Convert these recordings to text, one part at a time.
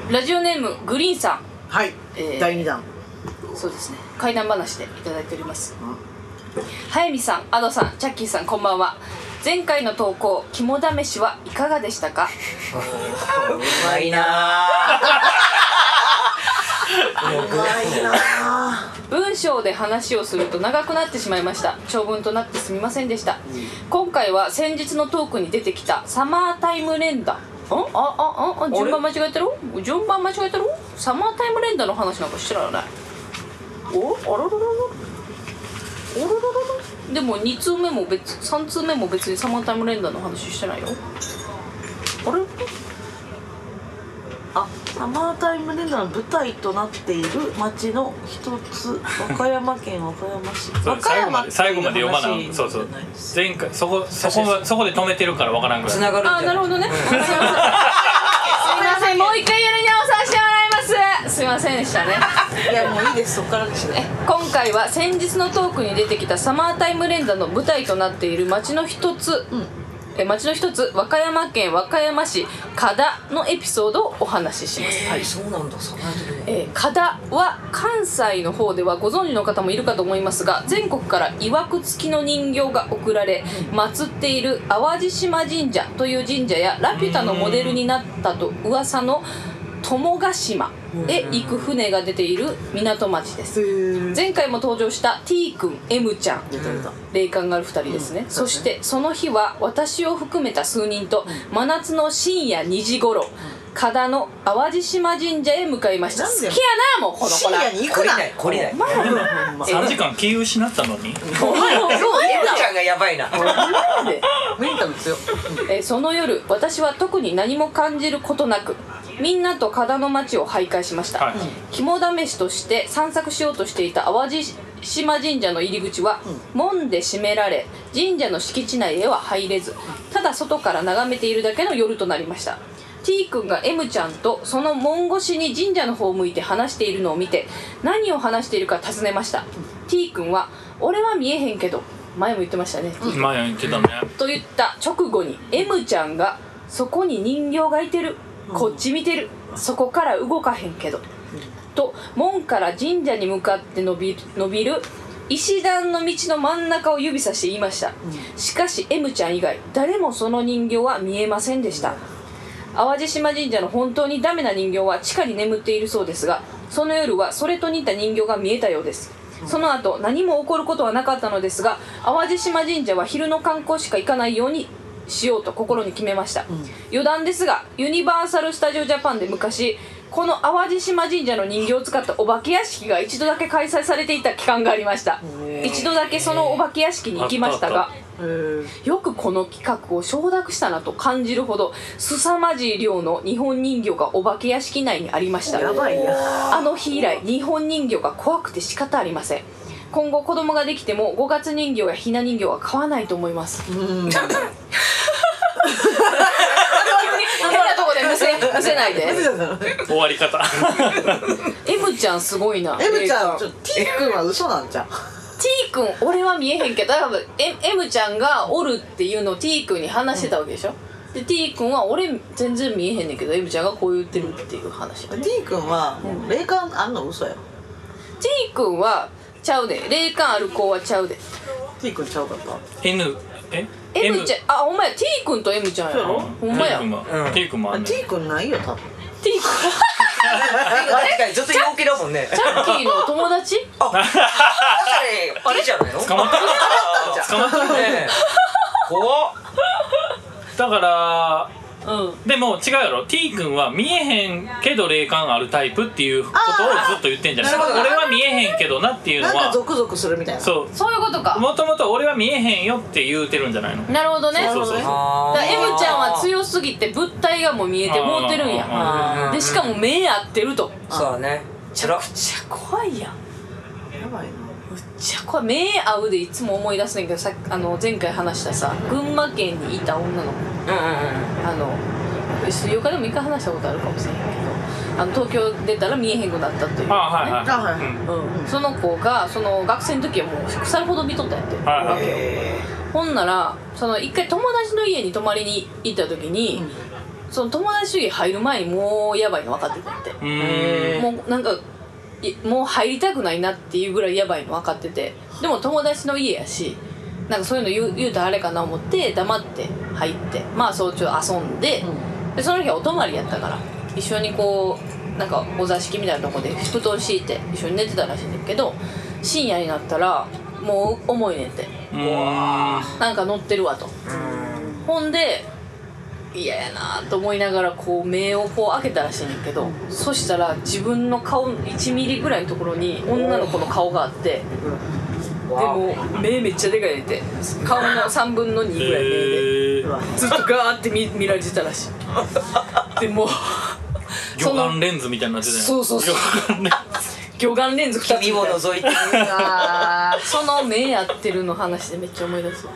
ラジオネームグリーンさん。 はい、第2弾。 そうですね、怪談話でいただいております。早見さん、Adoさん、チャッキーさん、こんばんは。前回の投稿、肝試しはいかがでしたか？ うまいなうまいな。 文章で話をすると長くなってしまいました。長文となってすみませんでした。今回は先日のトークに出てきたサマータイム連打。順番間違えてる？サマータイム連打の話なんか知らない。でも2通目も3通目も別にサマータイム連打の話してないよ。 サマータイム連打の舞台となっている町の一つ、和歌山県和歌山市。和歌山最後まで読まない。そうそう。前回そこで止めてるからわからんぐらい。 繋がるんじゃない。 なるほどね。すいません、もう一回やり直させてもらいます。すいませんでしたね。 いやもういいです、そこからですね。 今回は先日のトークに出てきたサマータイム連打の舞台となっている町の一つ、和歌山県和歌山市加田のエピソードをお話しします。 はい、そうなんだ。サマータイム。 加田は関西の方ではご存知の方もいるかと思いますが、全国から曰く付きの人形が送られ祀っている淡路島神社という神社やラピュタのモデルになったと噂の友ヶ島へ行く船が出ている港町です。前回も登場した T 君 M ちゃん、霊感がある2人ですね。そしてその日は私を含めた数人と真夏の深夜2時頃、加田の淡路島神社へ向かいました。好きやな、もうこの子ら。 深夜に行くな。 懲りない。 3時間気失ったのに。 そう、エムちゃんがやばいな。 メンタル強っ。 その夜、私は特に何も感じることなくみんなと加田の町を徘徊しました。肝試しとして散策しようとしていた淡路島神社の入り口は門で閉められ、神社の敷地内へは入れず、ただ外から眺めているだけの夜となりました。 T 君が M ちゃんとその門越しに神社の方を向いて話しているのを見て、何を話しているか尋ねました。 T 君は俺は見えへんけど、前も言ってましたね。 前言ってたね。 と言った直後に M ちゃんが、そこに人形がいてる、こっち見てる、そこから動かへんけど、と門から神社に向かって伸びる石段の道の真ん中を指さして言いました。しかし M ちゃん以外誰もその人形は見えませんでした。淡路島神社の本当にダメな人形は地下に眠っているそうですが、その夜はそれと似た人形が見えたようです。その後何も起こることはなかったのですが、淡路島神社は昼の観光しか行かないようにしようと心に決めました。余談ですが、ユニバーサル・スタジオ・ジャパンで昔この淡路島神社の人形を使ったお化け屋敷が一度だけ開催されていた期間がありました。一度だけそのお化け屋敷に行きましたが、よくこの企画を承諾したなと感じるほど凄まじい量の日本人形がお化け屋敷内にありました。 やばいや。 あの日以来日本人形が怖くて仕方ありません。今後子供ができても五月人形やひな人形は買わないと思います。変なとこでむせないで。 終わり方。 M ちゃんすごいな。 M ちゃん、T 君は嘘なんじゃん。 T 君俺は見えへんけど、多分 M ちゃんがおるっていうのを T 君に話してたわけでしょ。で T 君は俺全然見えへんねんけど M ちゃんがこう言ってるっていう話。 T 君は霊感あんの嘘や。 T 君はちゃうで、霊感ある子はちゃうで。 T 君ちゃうかった。 M ちゃん、あ、ほんまや、 T 君と M ちゃんやろ。ほんまや。 T 君もあんねん。 T 君ないよ多分。 T 君確かにずっと陽気だもんね。 チャッキーの友達。 あ、確かにいいじゃないの。 捕まってる。捕まってるね。 怖っ。 だからでも違うやろ。 T 君は見えへんけど霊感あるタイプっていうことをずっと言ってんじゃない。俺は見えへんけどなっていうのはなんかゾクゾクするみたいな。 そういうことか。 もともと俺は見えへんよって言うてるんじゃないの。 なるほどね。 そうそうそう。 だから M ちゃんは強すぎて物体がもう見えてもうてるんや。でしかも目合ってると。 そうだね。 めちゃくちゃ怖いやん。 やばいな。 むっちゃ怖い。目合うでいつも思い出すねんけど、前回話したさ、群馬県にいた女の子、水曜日でも一回話したことあるかもしれへんけど、東京出たら見えへんくなったという、ね。その子がその学生の時はもう腐るほど見とったんやって、わけよ。ほんならその一回友達の家に泊まりに行った時に、 その友達主義入る前にもうやばいの分かってたってもうなんかもう入りたくないなっていうぐらいやばいの分かってて、でも友達の家やしなんかそういうの言うたらあれかな思って黙って入って、まあ早朝遊んで、でその日はお泊まりやったから一緒にこうなんかお座敷みたいなとこで布団敷いて一緒に寝てたらしいんだけど、深夜になったらもう重いねんて、なんか乗ってるわと。ほんで嫌やなと思いながらこう目をこう開けたらしいんだけど、そしたら自分の顔1ミリぐらいのところに女の子の顔があって、でも目めっちゃでかいねんて、顔の3分の2ぐらい目でずっとガーって 見られてたらしい。でも魚眼レンズみたいになってたよ。 そうそうそう魚眼レンズ2つみたい君を覗いてその目やってるの話でめっちゃ思い出すわ。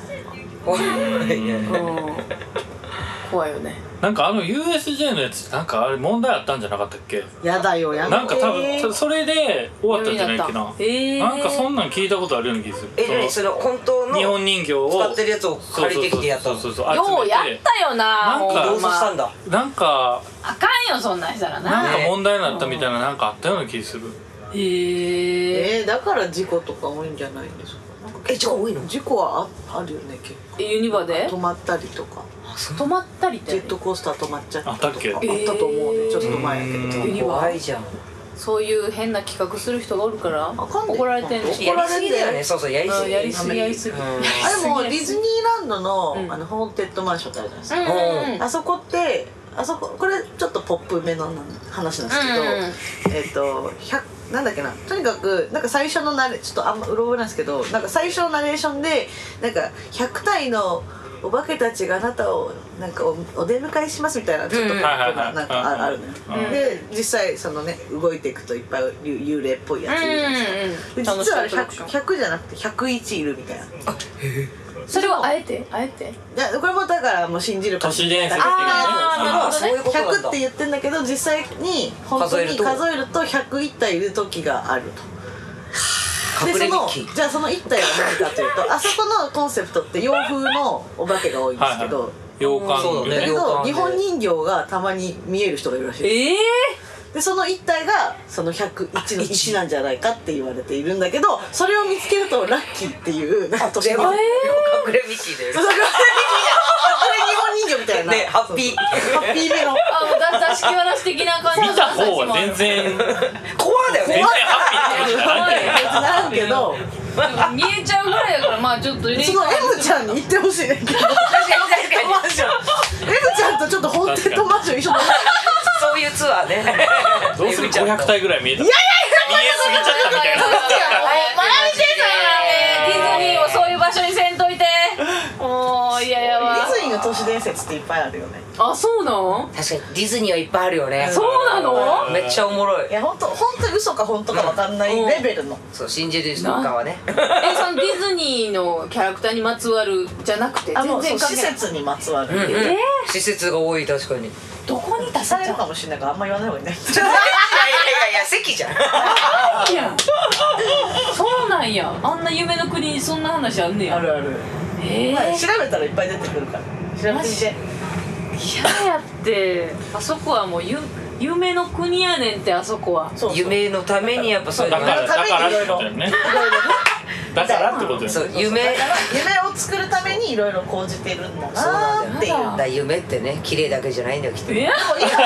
怖いよね。 なんかUSJ のやつなんかあれ問題あったんじゃなかったっけ？ やだよやめて。 なんか多分それで終わったんじゃないっけな。なんかそんなん聞いたことあるような気がする。 何その本当の日本人形を使ってるやつを借りてきてやったの。 そうようやったよな。 なんかどうしたんだ。 なんかあかんよそんなんしたらな。 なんか問題になったみたいななんかあったような気がする。 だから事故とか多いんじゃないんですか。 事故多いの？ 事故はあるよね結構。 ユニバで止まったりとか。 止まったりってジェットコースター止まっちゃったとかあったっけ？ あったと思うね。ちょっと前やけど。 ユニバ怖いじゃん。 そういう変な企画する人がおるから怒られてんの。 やりすぎだよね。そうやりすぎ。 やりすぎやりすぎ。 でもディズニーランドのホーンテッドマンションってあるじゃないですか。あそこってこれちょっとポップめの話なんですけど、なんだっけな、とにかくなんか最初のちょっとあんまうろ覚えなんですけど、なんか最初のナレーションでなんか100体のお化けたちがあなたをなんかお出迎えしますみたいなちょっとポップななんかあるのよ。で実際そのね動いていくといっぱい幽霊っぽいやついるじゃないですか。実は100じゃなくて101いるみたいな。 それはあえてこれもだからもう信じる都市伝説的なそういうことなんだ。 100って言ってんだけど実際に本当に数えると101体いる時があると。でじゃあその1体は何かというとあそこのコンセプトって洋風のお化けが多いんですけど、 洋館だけど日本人形がたまに見える人がいるらしいです。でその1体がその101の1なんじゃないかって言われているんだけど、それを見つけるとラッキーっていうなんか隠れミッキーだよ。 隠れ日本人形みたいな。 ねハッピーめの。 座敷わらし的な感じ。 見た方は全然コアだよね。 全然ハッピーって話じゃない。 なんけど見えちゃうぐらいだからまあちょっとその M ちゃんに言ってほしいねんけど。 確かに M ちゃんとちょっとホーンテッドマンション一緒だ。 そういうツアーね。 どうする500体ぐらい見えた。見えすぎちゃったみたいな。 まなみ先生ディズニーをそういう場所にせんといて。もういやいやディズニーの都市伝説っていっぱいあるよね。 あ、そうなん？ 確かにディズニーはいっぱいあるよね。 そうなの？ めっちゃおもろい。 いや本当嘘か本当かわかんないレベルの。 そう信じる人とかはね。 そのディズニーのキャラクターにまつわるじゃなくて全然施設にまつわる。 施設が多い確かに。 どこに出されるかもしれないからあんま言わない方がいいね。 いや席じゃん。 いやそうなんや。あんな夢の国にそんな話あんねや。 あるある。調べたらいっぱい出てくるから調べてみて。 嫌やってあそこはもう夢の国やねんってあそこは。 夢のためにやっぱそういうのだからってことだよね。だからってことよね。 そう夢を作るためにいろいろ講じてるんだそうななんっていう。 だ。夢ってね綺麗だけじゃないんだよきっと。 いや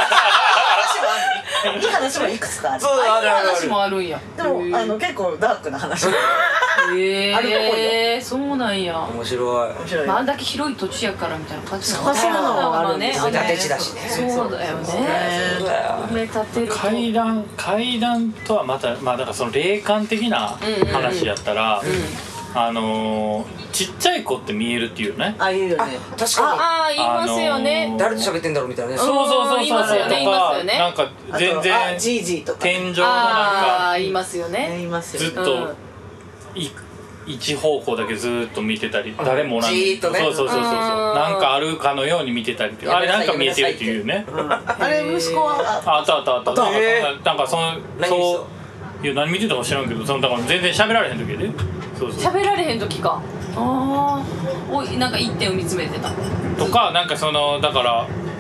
いい話もいくつかある。 そうあるあるあ話る。 もあるんや。 でも結構ダークな話。あるっぽいよ。 そうなんや。 面白い。 面白い。 あんだけ広い土地やからみたいな感じなの。 そういうのもあるんですよ埋め立て地だしね。 そうだよね。埋め立てると階段とはまたまあだからその霊感的な話やったらちっちゃい子って見えるっていうね。 あいうよね。 確か言いますよね。 誰と喋ってんだろうみたいなね。 そう言いますよね言いますよね。 なんか全然ジージーとか天井のなんか言いますよね。 言いますずよね。 っと一方向だけずっと見てたり誰もおらん。 じーっとねそうなんかあるかのように見てたりってあれなんか見えてるっていうね。 あれ息子はあったなんかそういや何見てたか知らんけどだから全然喋られへん時で喋られへん時か。なんか一点を見つめてたとかなんかだから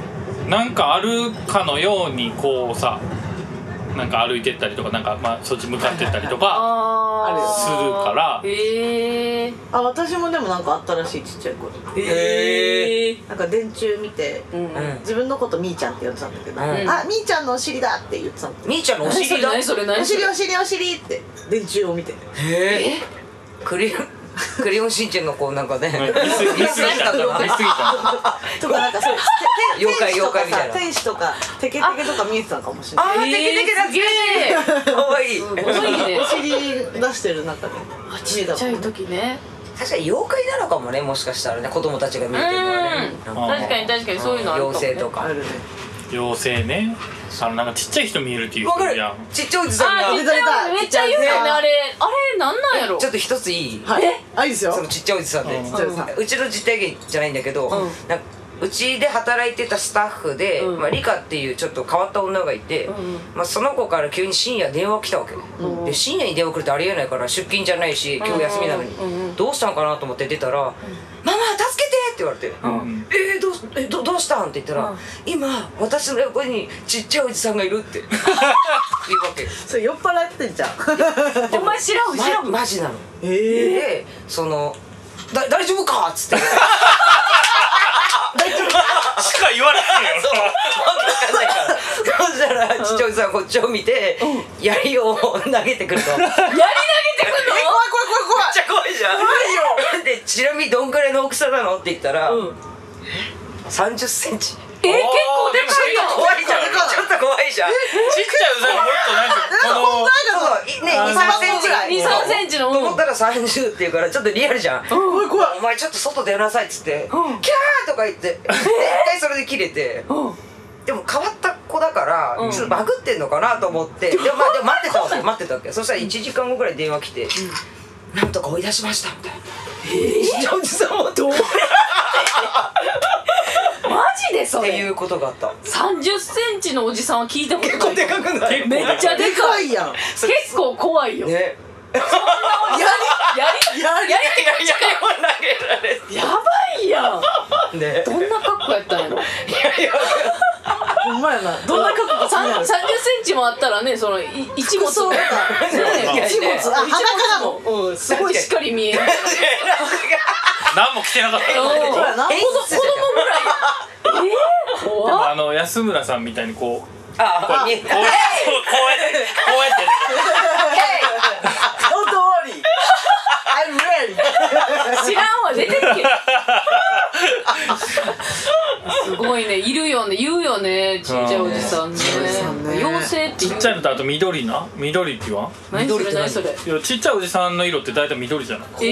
なんかあるかのようにこうさ、なんか歩いてったりとか、なんかまあそっち向かってったりとかあるよするからへえあ、私もでもなんかあったらしい、ちっちゃい頃。なんか電柱見て、自分のことみーちゃんって呼んでたんだけど、あ、みーちゃんのお尻だって言ってたの。 みーちゃんのお尻だ。 何それ何おそれ尻お尻お尻って電柱を見て。 クレヨンしんちゃんがこうなんかね見すぎたかなとかなんかそう妖怪みたいな。 天使とかテケテケとか見えてたのかもしれない。 あー、テケテケだ。 すげえかわいい。 すごいねお尻出してる中でちっちゃい時ね確かに妖怪なのかもね、もしかしたらね、子供たちが見てるのはね。 確かに確かにそういうのあるかもね妖精とか。 あるね。 妖精ね。なんかちっちゃい人見えるっていうわかるやん。。 ちっちゃいおじさんが。 ちっちゃいめっちゃ言うよねあれなんなんやろちょっと一ついい？ はい。あ、いいですよ。 そのちっちゃいおじさんで、 うんうちの実体験じゃないんだけど、なんかうちで働いてたスタッフで、まあ、リカっていうちょっと変わった女がいて、まあ、その子から急に深夜電話来たわけ、で深夜に電話来るってありえないから出勤じゃないし今日休みなのに、どうしたんかなと思って出たら「ママ助けて!」って言われて「どうしたん?」って言ったら「今私の横にちっちゃいおじさんがいる」って言うわけ。 それ酔っ払ってんじゃん。 お前知らんマジなの。 えでその大丈夫か?」っつってしか言われへんよ。 そう、わけわかんないから。そしたらちっちゃいおじさんがこっちを見て槍を投げてくると。めっやり投げてくんの怖い怖い怖い怖い。 ちゃ怖いじゃん。でちなみにどんくらいの大きさなのって言ったら30センチ。 結構でかいよ怖いじゃん。ちょっと怖いじゃん。 ちっちゃいおじさんもっとなんかこのそうね、2、3センチぐらい。 2、3センチのと思ったら30っていうからちょっとリアルじゃん。 怖い怖い。 お前ちょっと外出なさいっつってキャーとか言って絶対それで切れて。でも変わった子だからちょっとバグってんのかなと思ってでも待ってたわけ。そしたら1時間後ぐらい電話来て「なんとか追い出しました」みたいな。ちっちゃいおじさんもどうっマジでそれていうことがあった。 30センチのおじさんは聞いたことない結構でかくない？ 結構めっちゃででかいかいやん。 結構怖いよやね。 りやりいや投げられてやばいやんね。 どんな格好やったんやろほんまやな。どんな格好 30センチもあったらねその一物そうだね一物一裸だもん。 物すごいしっかり見える何も着てなかったよ。 うんそうやな。 演出してたよ。 子供ぐらい怖っ安村さんみたいにこうあ、これこうやって Don't worry. I'm ready. 知らんわ出てけすごいねいるよね言うよねちっちゃいおじさんね妖精って言うちっちゃいのとあと緑って言わん？ 何それ何それいやちっちゃいおじさんの色って大体緑じゃない？ そう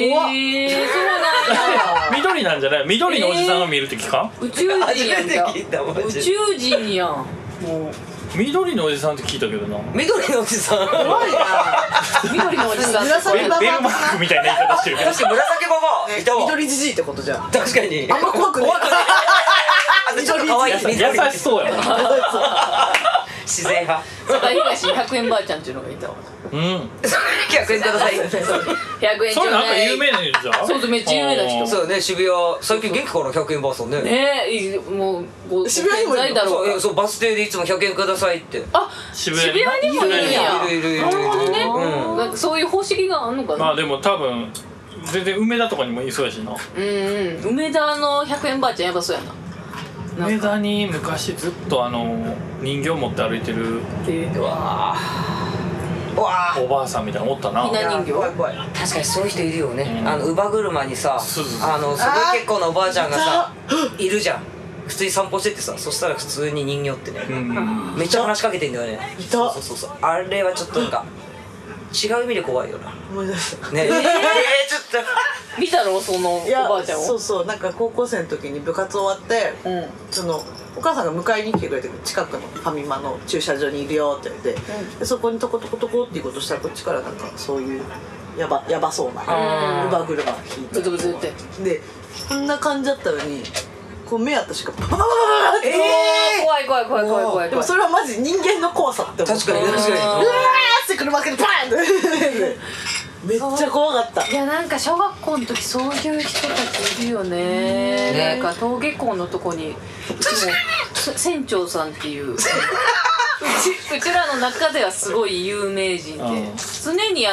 なんだ緑なんじゃない？緑のおじさんが見えるって聞かん？ 宇宙人やんじゃ初めて聞いたマジで宇宙人やんもう緑のおじさんって聞いたけどな。 緑のおじさん。確か怖いな。 緑のおじさんって紫ババデンマークみたいな言い方してるけど。 に紫ババアいたわ。 緑じじいってことじゃん。 確かに。 あんま怖くない。 あとちょっと可愛い。 優しそうやな。 自然派。 坂東100円ばあちゃんっていうのがいたわうん。 100円ください。 100円ちょそれなんかうだい有名なじゃん。 そうそうめっちゃ有名な人そうね、渋谷最近元気かな100円ばあさんね。 ねえもうご渋谷にもいるの健在だろそううかそうバス停でいつも100円くださいって。 あ渋渋谷にもいるんやいるなるほどねうんなんかそういう方式があんのかなまあでも多分全然梅田とかにもいそうやしな。 梅田の100円ばあちゃんやばそうやな梅田に昔ずっと人形持って歩いてるうわーうわーおばあさんみたいなのおったな。 ひな人形怖い怖い。 確かにそういう人いるよね。 うん乳母車にさ、すそうそうそうごい結構なおばあちゃんがさいるじゃん。普通に散歩しててさ、そしたら普通に人形ってね、 うん。 めっちゃ話しかけてんだよね。 いたそうあれはちょっとなんか違う意味で怖いよな。 思い出した。 ねちょっ見たろそのおいやばあちゃんをそうそうなんか高校生の時に部活終わってうんそのお母さんが迎えに来てくれて近くのファミマの駐車場にいるよって言って、でそこにトコトコトコっていうことしたらこっちからなんかそういうやばそうな乳母車が引いてブツブツってでこんな感じだったのにこう目あった瞬間パパパパパパって怖い怖い怖い怖い怖いでもそれはマジ人間の怖さって思って確かに確かにうわーって車開けてパーンってめっちゃ怖かった。 いやなんか小学校の時そういう人たちいるよねなんか登下校のとこにうちも船長さんっていううちらの中ではすごい有名人で、常に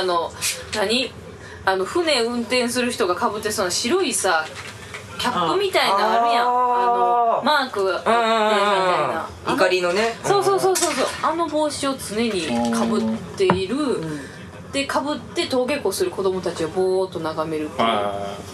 船運転する人がかぶってその白いさキャップみたいなあるやん、マークがあってみたいな怒りのね、 そうあの帽子を常にかぶっている、でかぶって登下校する子供たちをぼーっと眺めるっていう、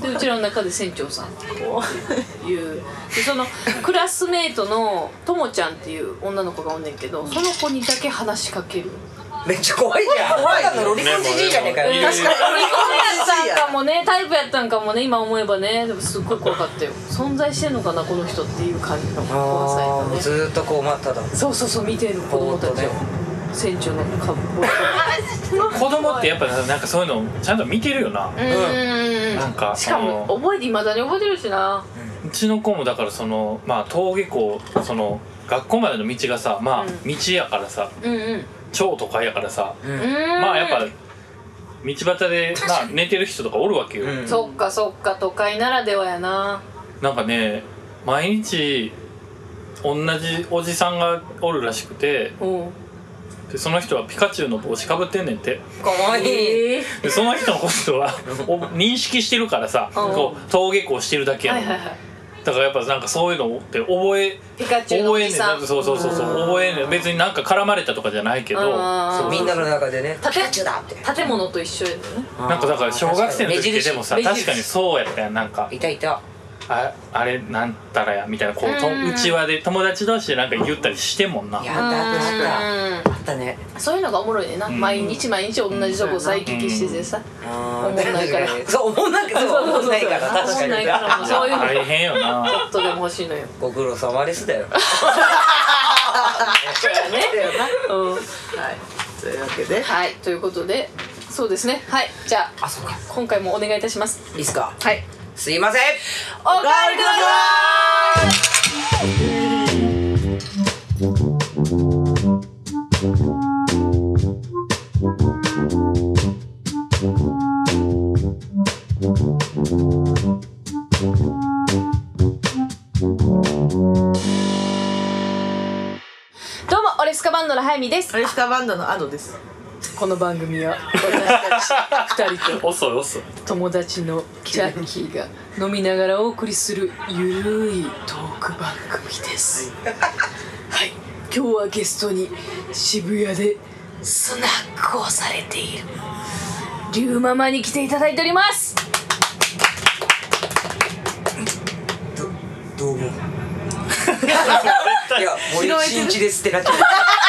でうちらの中で船長さんっていうでそのクラスメートのともちゃんっていう女の子がおんねんけど、その子にだけ話しかける。 めっちゃ怖いじゃん。怖いのロリコンじじいじゃねえかよ。 確かにロリコンやったんかもね、タイプやったんかもね、今思えばね。でもすっごい怖かったよ。存在してんのかなこの人っていう感じの怖さやったね。 ずーっとこうただそう見てる子供たちを、船長の顔子供ってやっぱなんかそういうのちゃんと見てるよな。なんかしかもいまだに覚えてるしな。 うちの子もだから登下校学校までの道がさ、道やからさ、超都会やからさ、やっぱ道端で寝てる人とかおるわけよ。 そっか都会ならではやな。 なんかね、毎日同じおじさんがおるらしくて、でその人はピカチュウの帽子かぶってんねんて。 かわいい。 でその人のことは認識してるからさ、こう登下校してるだけやの。だからやっぱなんかそういうのってピカチュウのおじさんそう覚えんねん。別になんか絡まれたとかじゃないけど、 みんなの中でねピカチュウだって建物と一緒やね。 なんかだから小学生の時ってでもさ、確かにそうやったやん。なんかいたあれなんたらやみたいなこううちわで友達同士でなんか言ったりしてもんな。 あったね。 そういうのがおもろいねんな。毎日同じとこ再聞きしててさ、おもんないから。 そう思んないから確かにそういうの大変よな。 ちょっとでも欲しいのよ。 ご苦労様ですだよ。 というわけで、 はいということで、そうですね。はい、じゃあそうか今回もお願いいたします。 いいっすか。 はい、 すいません。 おかえりくだどうもオレスカバンドのハイミです。 オレスカバンドのアドです。 この番組は私たち2人と遅い友達のジャッキーが飲みながらお送りするゆるいトーク番組です。はい、今日はゲストに渋谷でスナックをされているリュウママに来ていただいております。 どうも。いや森進一ですってなっちゃう。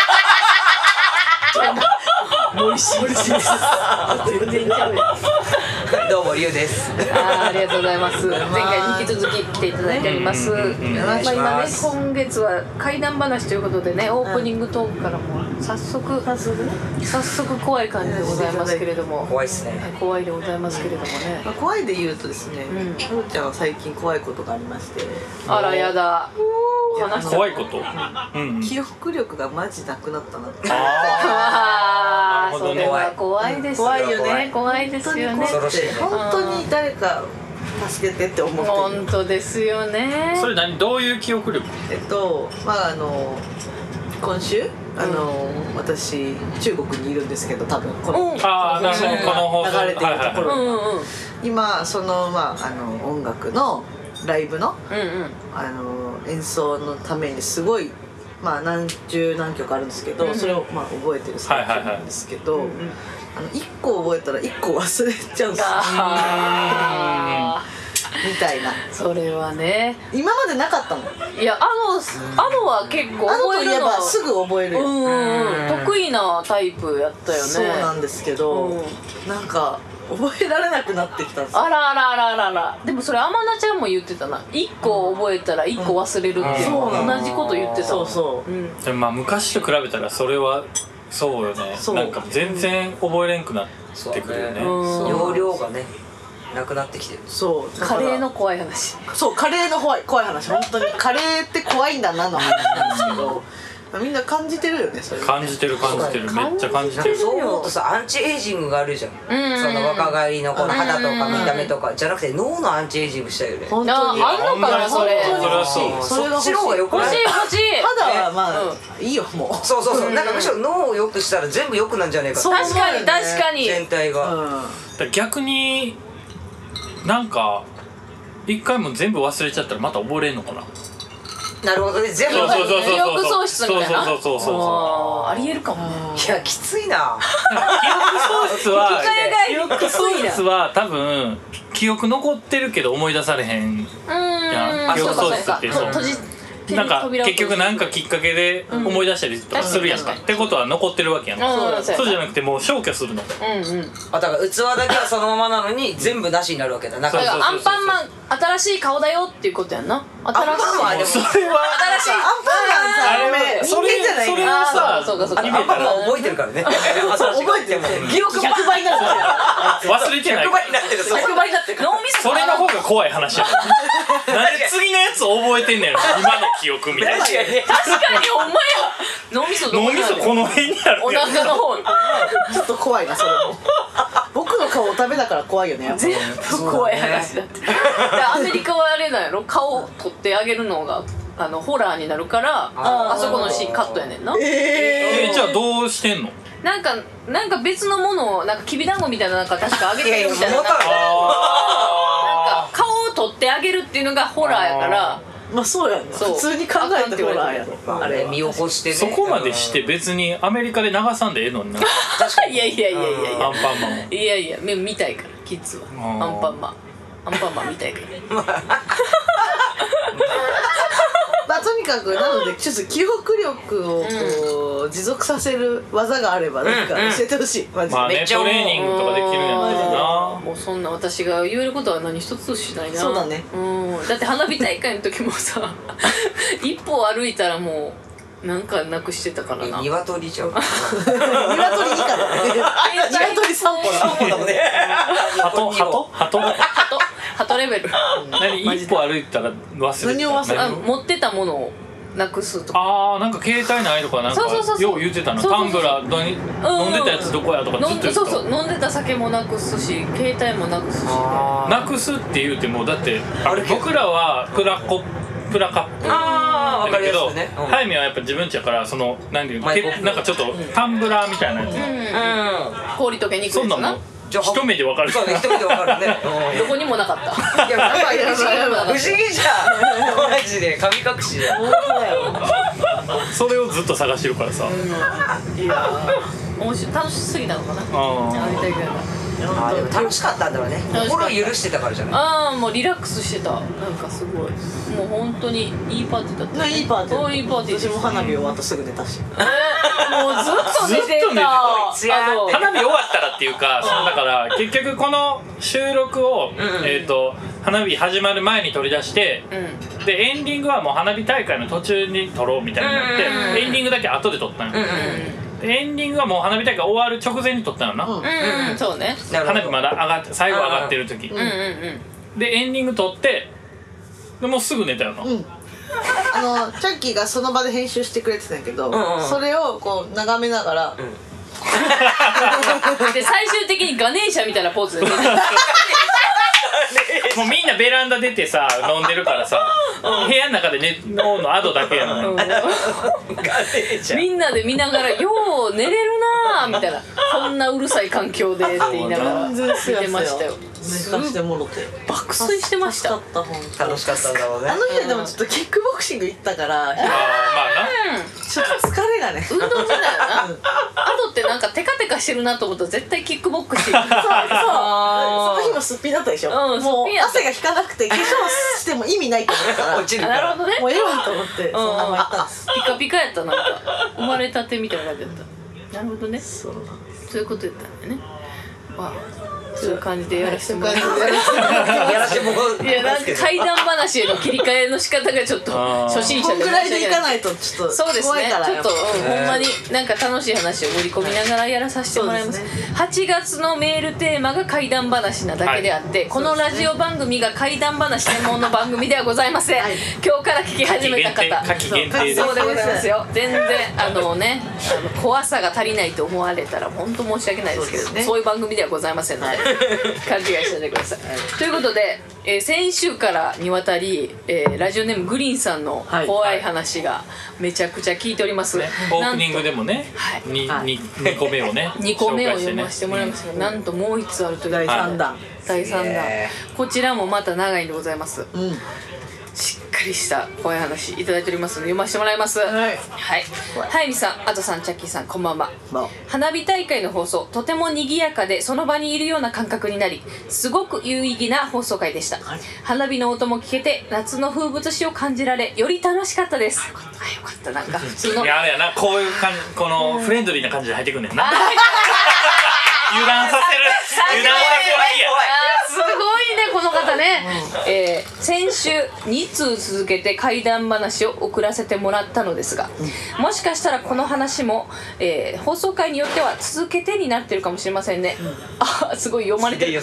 森進一です。全然ちゃうよ。 どうもリュウです。 ありがとうございます。前回に引き続き来ていただいております。今ね、今月は怪談話ということでね、オープニングトークからも早速怖い感じでございますけれども。 怖いっすね。 怖いでございますけれどもね。 怖いで言うとですね、アドちゃんは最近怖いことがありまして。 あらやだ。 怖いこと。 記憶力がマジなくなったなって。 ああ、それは怖いですよ。怖いよね。怖いですよね。 本当に誰か助けてって思ってる。 本当ですよね。 それどういう記憶力？ 今週私中国にいるんですけど、多分この流れてるところに今音楽のライブの演奏のためにすごい何曲あるんですけど、それを覚えてる最中なんですけど、1個覚えたら1個忘れちゃうんですよみたいな。 それはね、 今までなかったの。 いや、あのは結構覚えるのすぐ覚えるよ。 得意なタイプやったよね。 そうなんですけど、なんか覚えられなくなってきたんですよ。 あら。でもそれ天菜ちゃんも言ってたな。1個覚えたら1個忘れるっていう、同じこと言ってた。 でも昔と比べたらそれはそうよね。なんか全然覚えれんくなってくるよね。 容量がねなくなってきてる。 カレーの怖い話。 カレーの怖い話。本当にカレーって怖いんだなの話なんですけど、 みんな感じてるよねそれ。 感じてるめっちゃ感じてる。 そう思うとさ、アンチエイジングがあるじゃん、その若返りのこの肌とか見た目とかじゃなくて脳のアンチエイジングしたいよね。 本当にあんのかなそれ。 本当に欲しい。それが欲しい。 そっちの方がよくない？ 欲しい肌はまあいいよもう。 そうなんかむしろ脳を良くしたら全部良くなんじゃねえかって。 確かに全体が、 逆になんか一回も全部忘れちゃったらまた覚えれんのかな。 なるほどね、全部。 そう記憶喪失みたいな。 そうありえるかもね。 いやきついな。 記憶喪失は多分記憶残ってるけど思い出されへんやん。記憶喪失ってそうなんか結局なんかきっかけで思い出したりとかするやんか、ってことは残ってるわけやんか。そうじゃなくてもう消去するの。 だから器だけはそのままなのに全部なしになるわけだ。 だからアンパンマン新しい顔だよっていうことやんな。新しい。 アンパンマンはでもそれは新しい。 アンパンマンさ人間じゃないそれをさそうかアンパンマン覚えてるからね。覚えてるもん。 記憶100倍になる忘れてない 100倍になってる。 100倍になってる脳みそそれの方が怖い話やなんで次のやつ覚えてんねん今の記憶みたいな。 確かに確かにほんまや。脳みそどこ脳にあるみそこの辺にあるお腹の方に。 ちょっと怖いなそれも。僕の顔を食べだから怖いよねやっぱ。 全部怖い話だって。でアメリカはあれなんやろ、顔を取ってあげるのがホラーになるからあそこのシーンカットやねんな。 じゃあどうしてんの。 なんか別のものをなんかきびだんごみたいななんか確かあげてるみたいな。なんか顔を取ってあげるっていうのがホラーやから。 まあそうやんな。普通に考えてホラーやろ。 あれ見起こしてね。 そこまでして別にアメリカで流さんでええのにな。 いやアンパンマンもいや見たいからキッズはアンパンマン見たいから。 まあとにかくなのでちょっと記憶力をこう持続させる技があればなんか教えてほしい。マジで。 まあねトレーニングとかできるんやったらな。 もうそんな私が言えることは何一つしないな。 そうだね。 だって花火大会の時もさ一歩歩いたらもうなんかなくしてたからな。 鶏じゃん。 鶏2かだね。鶏3歩だもんね。 鳩レベル。 何一歩歩いたら忘れてた。 何を忘れた。 持ってたものをなくすとか。 ああなんか携帯ないとかなんかよう言ってたの。タンブラー飲んでたやつどこやとかずっと言ってた。 そう飲んでた酒もなくすし携帯もなくすし。 なくすって言うてもだって僕らはプラカップだけどハイメはやっぱ自分ちやからその何ていうなんかちょっとタンブラーみたいなやつ。 氷溶けにくいやつな。 一目でわかる。 そうね、一目でわかるね。 どこにもなかった。 いや、なんか不思議じゃん。マジで神隠しで。 それをずっと探してるからさ。 いや面白い楽しすぎたのかな。やりたいけど。 でも楽しかったんだろうね。心を許してたからじゃない。 もうリラックスしてた。なんかすごいもう本当にいいパーティーだった。 いいパーティー。 いいパーティー。 私も花火終わったすぐ寝たし。 もうずっと寝てた。 花火終わったらっていうか、だから結局この収録を花火始まる前に取り出して、でエンディングはもう花火大会の途中に撮ろうみたいになって、エンディングだけ後で撮ったんよ。エンディングはもう花火大会終わる直前に撮ったよな。 そうね。 花火まだ上がって最後上がってる時。でエンディング撮ってでもうすぐ寝たよな。 チャッキーがその場で編集してくれてたんやけど、それをこう眺めながら、 で最終的にガネーシャみたいなポーズで寝てた。 もうみんなベランダ出てさ飲んでるからさ、部屋の中で寝のアドだけやのに。 みんなで見ながらよう寝れるなーみたいな、こんなうるさい環境でって言いながら見てましたよ。 寝かしてもろて爆睡してました。 楽しかったんだろうね。 あの日でもちょっとキックボクシング行ったから、 まあな。 ちょっと疲れがね。 運動時代やな。アドってなんかテカテカしてるなと思ったら絶対キックボクシング。そう。その日もすっぴんだったでしょ。もう汗が引かなくて化粧しても意味ないと思ったから。 落ちるから。 なるほどね。 もうエロいと思ってそのまま行ったんです。 ピカピカやったなんか生まれたてみたいな感じだった。なるほどね。そういうことやったんだよね。 そういう感じでやらせてもらいます。 やらせてもらういやなんか怪談話への切り替えの仕方がちょっと初心者こんぐらいでいかい。 ないとちょっとそうですね怖いからちょっと、ほんまになんか楽しい話を盛り込みながらやらさせてもらいます。 そうです 8月のメールテーマが怪談話なだけであって、このラジオ番組が怪談話専門の番組ではございません。 はい今日から聞き始めた方夏季限定でそうでございますよ。全然怖さが足りないと思われたら本当申し訳ないですけど、 そうですねそういう番組ではございませんので、勘違いしないでください。ということで、先週からにわたり、ラジオネームグリーンさんの怖い話がめちゃくちゃ聞いております。 ね、オープニングでもね、 はい 2個目をね 2個目を紹介してね読ませてもらいましたが、なんともう1つあるという第3弾。 第3弾、こちらもまた長いんでございます。 うん。 しっかりした怖い話いただいておりますので読ませてもらいます。 はいはいはいみさん、あとさん、チャッキーさん、こんばんは。花火大会の放送、とても賑やかでその場にいるような感覚になり、すごく有意義な放送回でした。花火の音も聞けて夏の風物詩を感じられ、より楽しかったです。よかった。なんか普通のいやあれやな、こういう感じ、このフレンドリーな感じで入ってくんねんな。 あ油断させるいやすごいねこの方ね、先週2通続けて怪談話を送らせてもらったのですが、もしかしたらこの話も、放送回によっては続けてになってるかもしれませんね。あ、すごい読まれてる。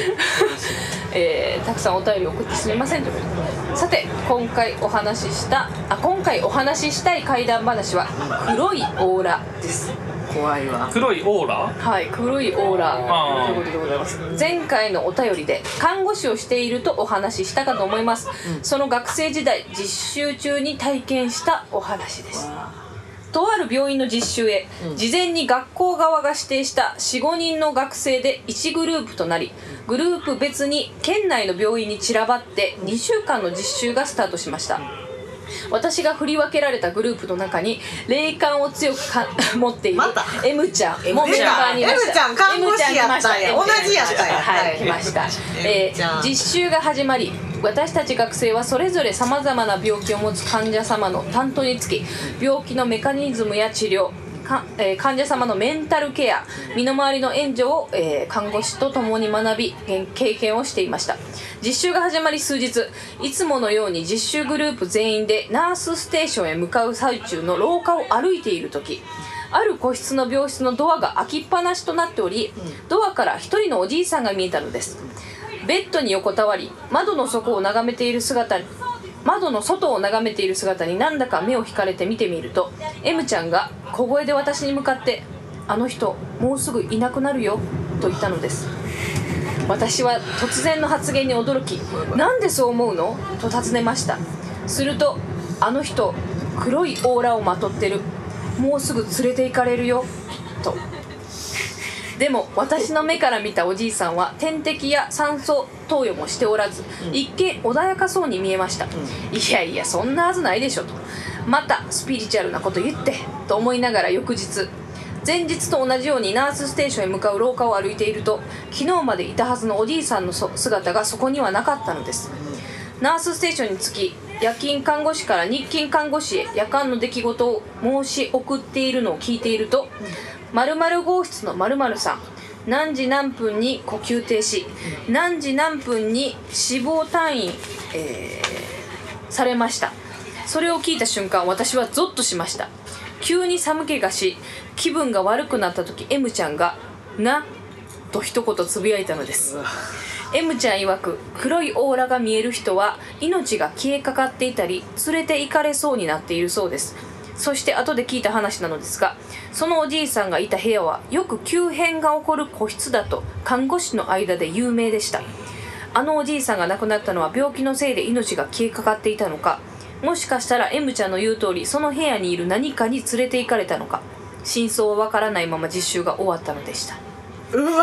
たくさんお便り送ってすみませんということで、さて今回お話ししたい怪談話は黒いオーラです。 怖いわ。 黒いオーラ。 はい、黒いオーラということでございます。前回のお便りで看護師をしているとお話ししたかと思います。その学生時代実習中に体験したお話です。とある病院の実習へ、事前に学校側が指定した 4,5 人の学生で1グループとなり、グループ別に県内の病院に散らばって2週間の実習がスタートしました。私が振り分けられたグループの中に霊感を強く持っている M ちゃんもメンバーにいました。 M ちゃん看護師やったんや。同じやったんや。 はい来ました。実習が始まり、私たち学生はそれぞれさまざまな病気を持つ患者様の担当につき、病気のメカニズムや治療、患者様のメンタルケア、身の回りの援助を、看護師と共に学び経験をしていました。実習が始まり数日、いつものように実習グループ全員でナースステーションへ向かう最中の廊下を歩いている時、ある個室の病室のドアが開きっぱなしとなっており、ドアから一人のおじいさんが見えたのです。ベッドに横たわり、窓の外を眺めている姿になんだか目を引かれて見てみると、 M ちゃんが小声で私に向かって「あの人もうすぐいなくなるよ」と言ったのです。私は突然の発言に驚き、なんでそう思うのと尋ねました。すると、あの人黒いオーラをまとってる、もうすぐ連れて行かれるよと。でも私の目から見たおじいさんは点滴や酸素投与もしておらず、一見穏やかそうに見えました。いやいやそんなはずないでしょと、またスピリチュアルなこと言ってと思いながら、翌日前日と同じようにナースステーションへ向かう廊下を歩いていると、昨日までいたはずのおじいさんの姿がそこにはなかったのです。ナースステーションに着き、夜勤看護師から日勤看護師へ夜間の出来事を申し送っているのを聞いていると、〇〇号室の〇〇さん、何時何分に呼吸停止、何時何分に死亡退院、されました。それを聞いた瞬間、私はゾッとしました。急に寒気がし、気分が悪くなった時、 M ちゃんが「な」と一言つぶやいたのです。 M ちゃん曰く、黒いオーラが見える人は命が消えかかっていたり連れて行かれそうになっているそうです。そして後で聞いた話なのですが、そのおじいさんがいた部屋はよく急変が起こる個室だと看護師の間で有名でした。あのおじいさんが亡くなったのは病気のせいで命が消えかかっていたのか、もしかしたら M ちゃんの言う通りその部屋にいる何かに連れて行かれたのか、真相はわからないまま実習が終わったのでした。 うまいな、も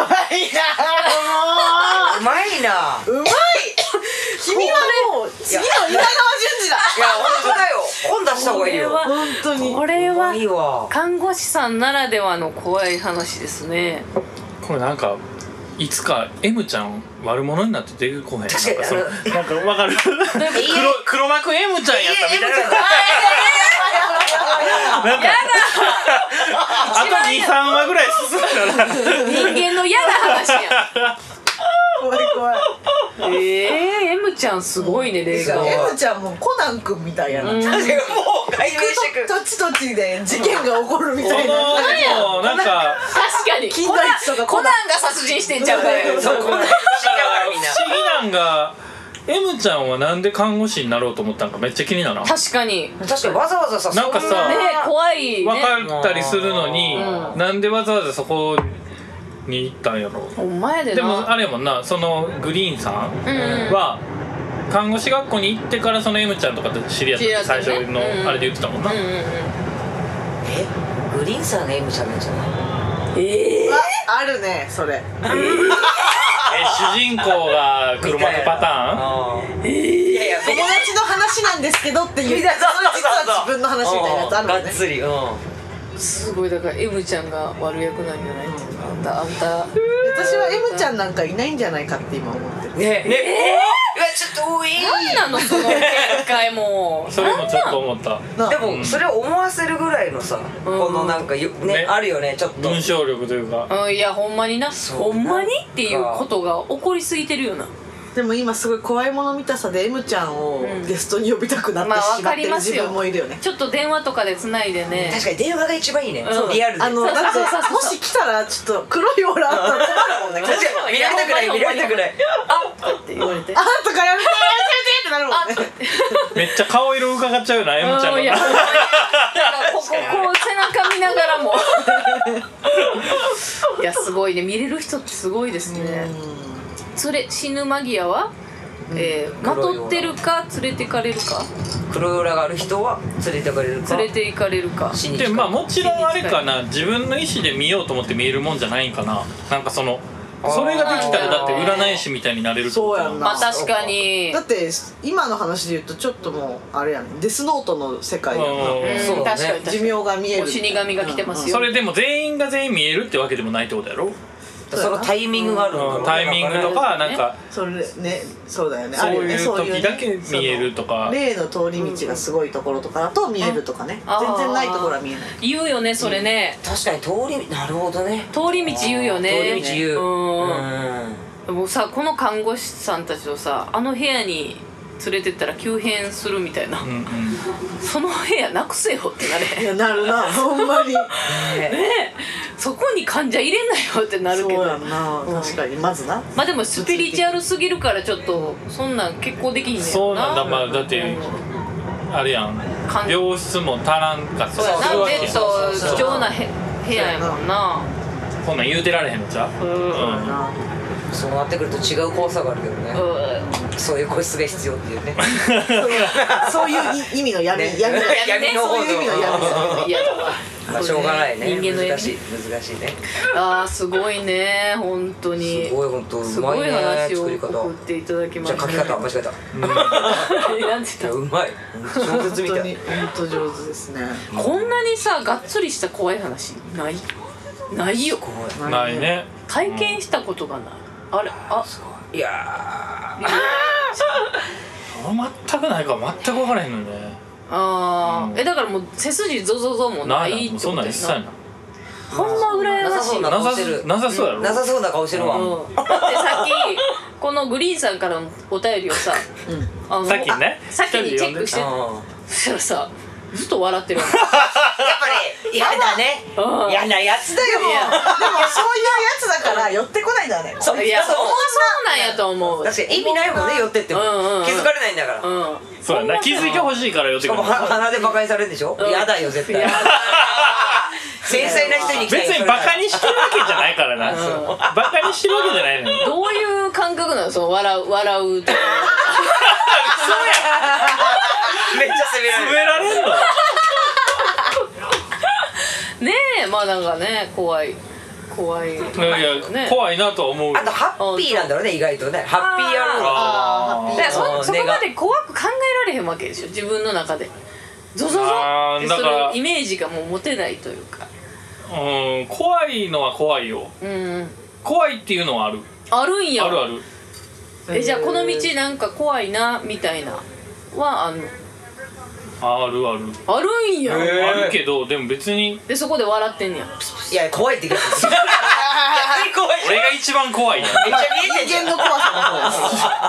うまいな、 うまい君はもう次の稲川淳二だ。 いや本当だよ、本出した方がいいよ本当に。 これはいいわ、 看護師さんならではの怖い話ですね。 これなんかいつか M ちゃん悪者になって出てこへん。なんかそのなんかわかる。黒幕 M ちゃんやったみたいな。 あと 2,3 話ぐらい進んだら人間の嫌な話やん。 怖い怖い。 M ちゃんすごいね、例が。 M ちゃんもコナン君みたいやな。 もう回遊してく土地土地で事件が起こるみたいな。 もうなんか確かに金田一とかコナンが殺人してんちゃうね。 そうこんな不思議だからみんな不思議なんが M ちゃんはなんで看護師になろうと思ったのかめっちゃ気になるな。 確かに確かにわざわざさなんかさそんなね、怖いね。 分かったりするのに、なんでわざわざそこに行ったんやろ。 お前でな。 でもあれやもんな、そのグリーンさんは看護師学校に行ってからその M ちゃんとかと知り合った最初のあれで言ってたもんな。 グリーンさんが M ちゃんなんじゃない？ あるねそれ。 主人公が黒幕パターン。 いやいや友達の話なんですけどっていう。それ実は自分の話みたいなやつあるもんね。 がっつりすごい、だから M ちゃんが悪役なんじゃないっていうか、あんた私は M ちゃんなんかいないんじゃないかって今思ってる。 ねうわちょっと多い何なのその展開も。 それもちょっと思った。 でもそれを思わせるぐらいのさこのなんかねあるよねちょっと文章力というか。 いやほんまにな、ほんまにっていうことが起こりすぎてるよな。 でも今すごい怖いもの見たさで M ちゃんをゲストに呼びたくなってまあわしまってるかりますよ。 自分もいるよね。 ちょっと電話とかで繋いでね。 確かに電話が一番いいねうんリアルでだってもし来たらちょっと黒いオーラあったら困るもんね。 確かに見られたくない見られたくないって言われて。 あとかやめてってなるもんね。 めっちゃ顔色伺っちゃうよな M ちゃんのいやほんまにだからこう背中見ながらもいやすごいね、見れる人ってすごいですね。それ死ぬ間際は、まとってるか連れてかれるか、 黒いオーラがある人は連れてかれるか連れて行かれるか。 死に近いでまあもちろんあれかな、自分の意思で見ようと思って見えるもんじゃないんかな。なんかそれができたらだって占い師みたいになれるってことそうやんなまあ確かにだって今の話で言うとちょっともうあれやん、デスノートの世界やんな。 そうだね確かに寿命が見える。 死神が来てますよ。 それでも全員が全員見えるってわけでもないってことやろ。 そのタイミングがあるんだろうねタイミングとかなんかそれね、そうだよね。 そうあるよねいう時だけ見えるとか、 霊の通り道がすごいところとかだと見えるとかね。全然ないところは見えない。 言うよねそれね、 確かに通りなるほどね通り道言うよね。 通り道言うでもさ、この看護師さんたちをさあの部屋に連れてったら急変するみたいな、その部屋なくせよってなれへん。 いやなるな、ほんまに。 ねえ、そこに患者入れんなよってなるけど。 そうやんな、確かにまずな。 まあでもスピリチュアルすぎるからちょっとそんなん結構できひんねんな。 そうなんだ。まあだってあれやん、病室も足らんかったそうやな、 りするわけやん。 ベッド貴重な部屋やもんな。 こんなん言うてられへんのちゃう。 そうなってくると違う怖さがあるけどねそういう個室が必要っていうねそういう意味の闇、 ね闇の方そういう意味の闇。 いやだわ。 まあしょうがないね人間の闇難しいねああすごいね、本当に。 すごい本当うすごいまいね話を作り方送っていただきまじゃあした。 書き方間違えたなんて言っうまい小説みたい本当上手ですね。 た？こんなにさがっつりした怖い話ないよ。 ないね。 体験したことがない。あれいや全くないから全く分からへんのよね。 だからもう背筋ゾゾゾもなないいってもうそんなんことやな。 一切ない。 ほんま羨ましい。 ななさ顔してるなさそうやろ。 なさそうな顔してるわだってさっきこのグリーンさんからのお便りをさ、 さっきね先にチェックして、そしたらさずっと笑ってるわけ。 やっぱり嫌だね嫌なやつだよでもそういうやつだから寄ってこないんだね。 いやほんまそうなんやと思う。 確かに意味ないもんね寄ってっても気づかれないんだからそうやな、気づいてほしいから寄ってくる。 しかも鼻でバカにされるんでしょ嫌だよ絶対繊細な人に別にバカにしてるわけじゃないからな。バカにしてるわけじゃないのよ。 どういう感覚なの、その笑うとか。 めっちゃ責められる詰められんの。 ねえ、まあなんかね怖いいやね。 怖いなとは思うよ。 あとハッピーなんだろうね意外とねハッピー野郎だからそこま根がで怖く考えられへんわけでしょ自分の中で。ゾゾゾってするイメージがもう持てないというか。 怖いのは怖いよ。怖いっていうのはある。 あるんや。 あるある。 じゃあこの道なんか怖いなみたいなはあるあるあるんや、 あるけどでも別にでそこで笑ってんねや。 いや怖いって言う逆に怖いじゃん俺が一番怖いねめっちゃ見えてんじゃん人間の怖さ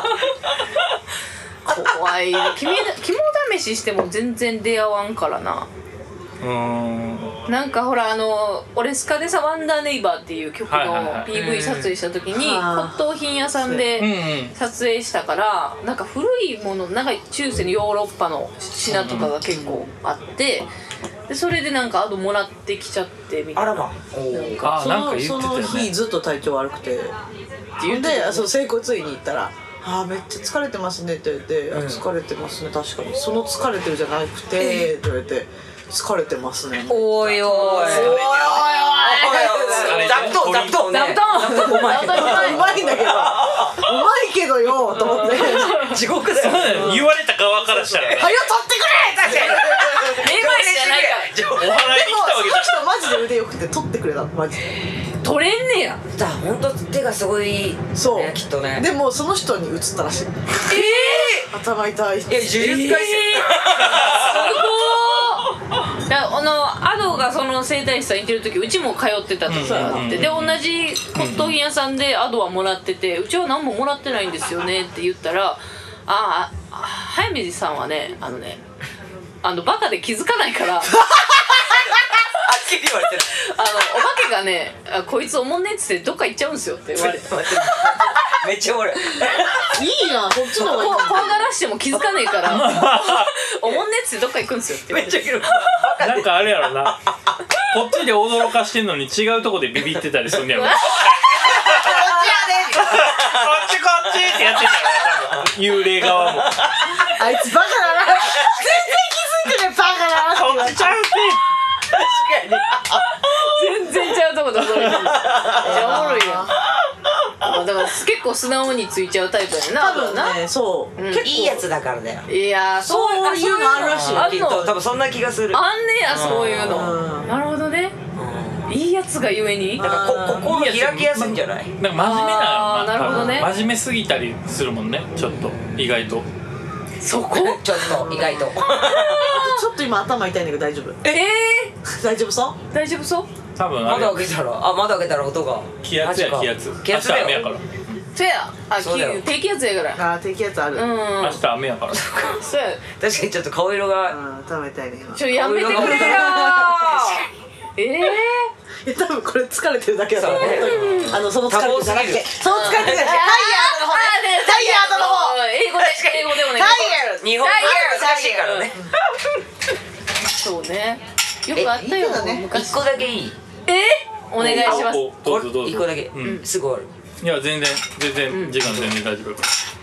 怖い。肝試ししても全然出会わんからな。なんかほら俺スカでさ「ワンダーネイバー」っていう曲の PV 撮影した時に骨董品屋さんで撮影したからなんか古いものなんか中世のヨーロッパの品とかが結構あってでそれでなんかアドもらってきちゃってみたいな。 あらまあなんか言ってたよその日ねずっと体調悪くてで整骨院に行ったら「めっちゃ疲れてますね」って言って「疲れてますね確かにその疲れてるじゃなくて」って言われて「疲れてますね」 おいおいおい座布団座布団うまいんだけどうまいけどよと思って地獄だよ言われた側からしたら 「はよ取ってくれ!」 確かに霊媒師じゃないかお祓いに来たわけじゃんその人マジで腕よくて取ってくれたマジで取れんねや。 だ本当手がすごいそうねきっとねでもその人に移ったらしい頭痛いいや呪術廻戦アドがその整体師さん行ってる時うちも通ってた時があってで同じ骨董品屋さんでアドはもらっててうちは何ももらってないんですよねって言ったら早水さんはねバカで気づかないからはっきり言われてるお化けがねこいつおもんねっつってどっか行っちゃうんすよって言われてめっちゃおもろいいいなこっちの方がいい怖がらしても気づかねえからおもんねっつってどっか行くんすよって言われてめっちゃ広いなんかあれやろなこっちで驚かしてんのに違うとこでビビってたりすんねやろこっちこっちってやってんやろ多分幽霊側もあいつバカだな全然気づいてねバカだなこっちちゃうって全然ちゃうとこで驚いてるめっちゃおもろいやんだから結構素直についちゃうタイプやな多分ねそう結構いいやつだからだよいやそういうのあるらしいあんのきっと多分そんな気がするあんねやそういううんのなるほどねいいやつがゆえになんか心開きやすいんじゃないなんか真面目ななるほどね真面目すぎたりするもんねちょっと意外とそこちょっと意外とちょっと今頭痛いんだけど大丈夫大丈夫そう大丈夫そう多分あれ窓開けたら窓開けたら音が気圧やマジか気圧気圧だよ明日雨やからそうやそうだよ低気圧やから低気圧ある明日雨やからそうや確かにちょっと顔色が頭痛いね今やめてくれよいや多分これ疲れてるだけだと思うそうね本当にその疲れてるじゃなくてその疲れてるじゃなくてタイヤードの方ねタイヤードの方英語でお願いタイヤード日本語難しいからねそうねよくあったよいいけどね昔一個だけいいお願いしますどうぞどうぞ一個だけうんすぐ終わるいや全然時間全然大丈夫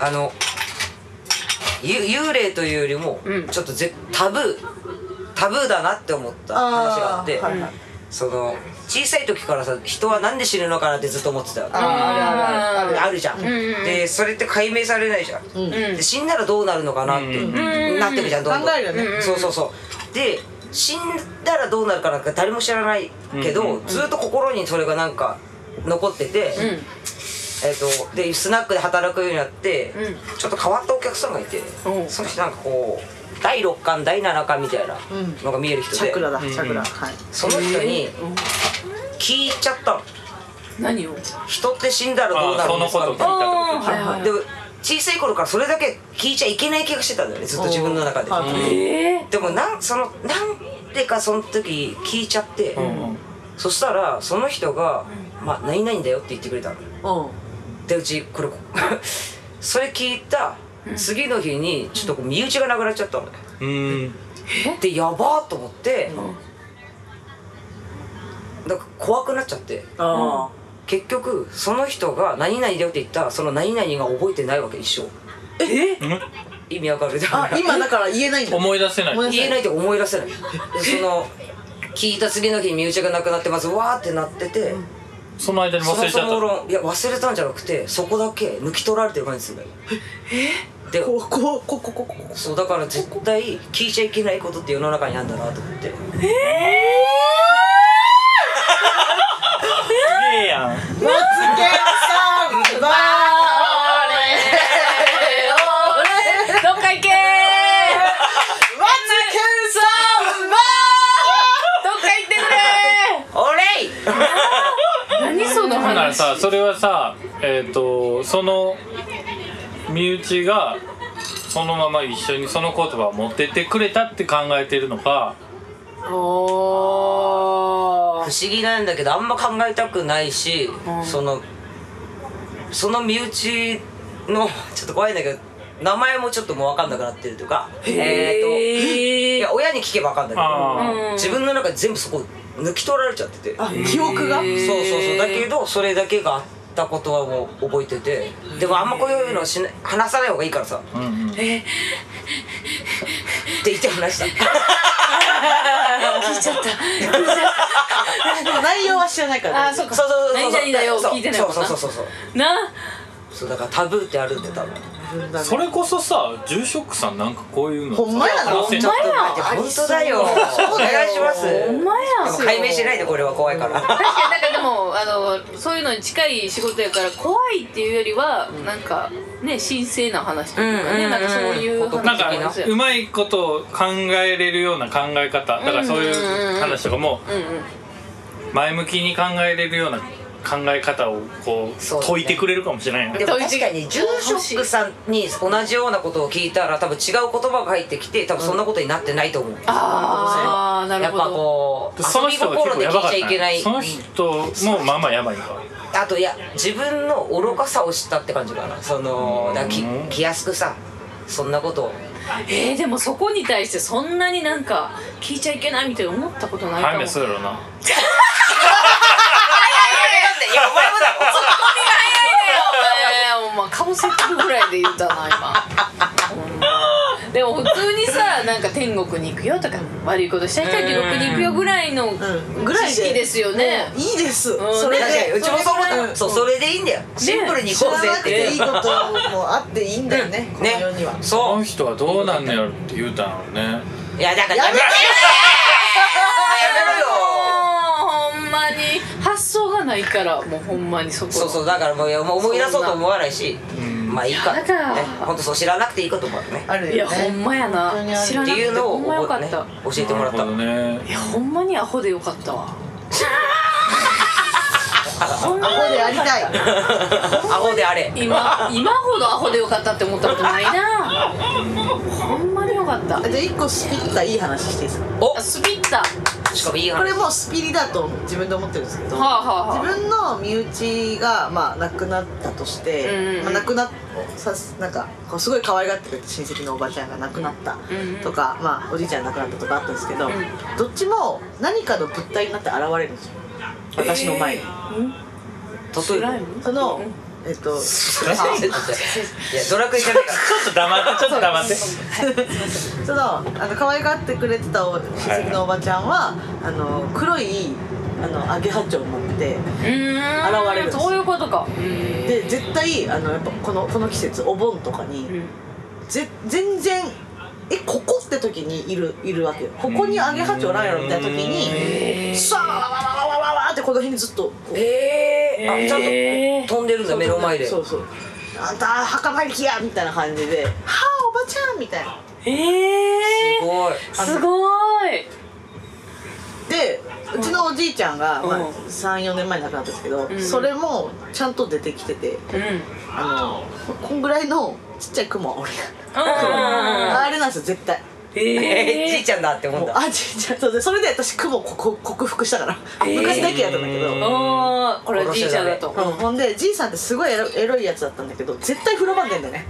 幽霊というよりもちょっとタブーだなって思った話があってはいはいその小さい時からさ人はなんで死ぬのかなってずっと思ってたよああるじゃんでそれって解明されないじゃんで死んだらどうなるのかなってなってくじゃんどんどん考えるよねそうで死んだらどうなるかなんか誰も知らないけどずっと心にそれがなんか残っててでスナックで働くようになってちょっと変わったお客さんがいてその人なんかこう第6巻第7巻みたいなのが見える人でチャクラだチャクラはいその人に聞いちゃったの何を人って死んだらどうなるんですかみたいなはいはいでも小さい頃からそれだけ聞いちゃいけない気がしてたんだよねずっと自分の中ででもなんでかその時聞いちゃってそしたらその人が「まあ何々だよ」って言ってくれたのでうちこれそれ聞いた次の日にちょっとこう身内がなくなっちゃったのでやばーと思ってなんか怖くなっちゃって結局その人が何々だよって言ったその何々が覚えてないわけ一生意味わかる今だから言えないんだ思い出せない言えないって思い出せないでその聞いた次の日に身内がなくなってまずわーってなっててその間に忘れちゃったいや忘れたんじゃなくてそこだけ抜き取られてる感じするんだよでそうだから絶対聞いちゃいけないことって世の中にあるんだなと思ってすげえやんマツケンさんバどっか行けマツケンんならさそれはさその身内がそのまま一緒にその言葉を持ってってくれたって考えてるのか。 不思議なんだけどあんま考えたくないし、その身内のちょっと怖いんだけど名前もちょっともう分かんなくなってるというかいや親に聞けば分かんないけど自分の中で全部そこ抜き取られちゃってて記憶がそうだけどそれだけがあったことはもう覚えててでもあんまこういうの話さない方がいいからさって言って話した聞いちゃったでも内容は知らないからあそうかそう何々だよ聞いてないもんなそうなそうだからタブーってあるんで多分それこそさ住職さんなんかこういうのほんまやな話せんのほんまや本当だよお願いしますほんまやでも解明しないでこれは怖いから確かになんかでもそういうのに近い仕事やから怖いっていうよりはなんかね神聖な話というかねなんかそういう話なんかですようまいことを考えれるような考え方だからそういう話とかも前向きに考えれるような考え方をこう解いてくれるかもしれないよね。 でも確かに住職さんに同じようなことを聞いたら多分違う言葉が入ってきて多分そんなことになってないと思う、 ああなるほどやっぱこうその人が結構やばかった遊び心で聞いちゃいけないその人もまあまあやばいんか。 あといや自分の愚かさを知ったって感じかなだから気安くさそんなことをでもそこに対してそんなになんか聞いちゃいけないみたいな思ったことないかも。 はいそうやろな。 いやお前もだろお前かぶせてるぐらいで言ったな今でも普通にさなんか天国に行くよとか悪いことした人は地獄に行くよぐらいのぐらい知識ですよね。 いいですんそれ確かにでうちもそう思ったそうそれでいいんだよシンプルに行こうぜっ知らなくていいてこともあっていいんだよねこの世にはこその人はどうなんねやろって言うたんやろね。 ういやだからやめてやめろよほんまに発想がないからもうほんまにそこそうだからもう思い出そうと思わないしまあいいかやだね本当そう知らなくていいこともあるねあるよねいやほんまやな本当にある知らなくてっていうのをほんまよかった、 教えてもらったなるほどね。 いやほんまにアホでよかったわアホでありたいアホであれ今ほどアホでよかったって思ったことないなほんまによかったじゃあ1個スピったいい話していいですかおスピったしかもいいこれ話もうスピリだと自分で思ってるんですけどはあはあはあ自分の身内がまあ亡くなったとして亡くななんかこうすごい可愛がってくれた親戚のおばちゃんが亡くなったとかまあおじいちゃん亡くなったとかあったんですけどどっちも何かの物体になって現れるんですよ私の前に例えばそのいやドラクエじゃないからちょっと黙ってその可愛がってくれてた親戚のおばちゃんは黒いアゲハチョウを持って現れるんですよそういうことかで絶対やっぱこの季節お盆とかに全然ここって時にいるわけよここにアゲハチョウおらんやろみたいな時にさあわわわわわわってこの辺にずっとこうちゃんと飛んでるんだ目の前でそうあんた墓参り来やみたいな感じではあおばちゃんみたいなすごいすごいでうちのおじいちゃんが、まあ、3,4年前に亡くなったんですけど、それもちゃんと出てきててこんぐらいのちっちゃい雲は俺があれなんですよ絶対じいちゃんだって思ったじいちゃんそうでそれで私雲を克服したから昔だけやったんだけどこれじいちゃんだとほんでじいさんってすごいエロいやつだったんだけど絶対風呂場でんだよね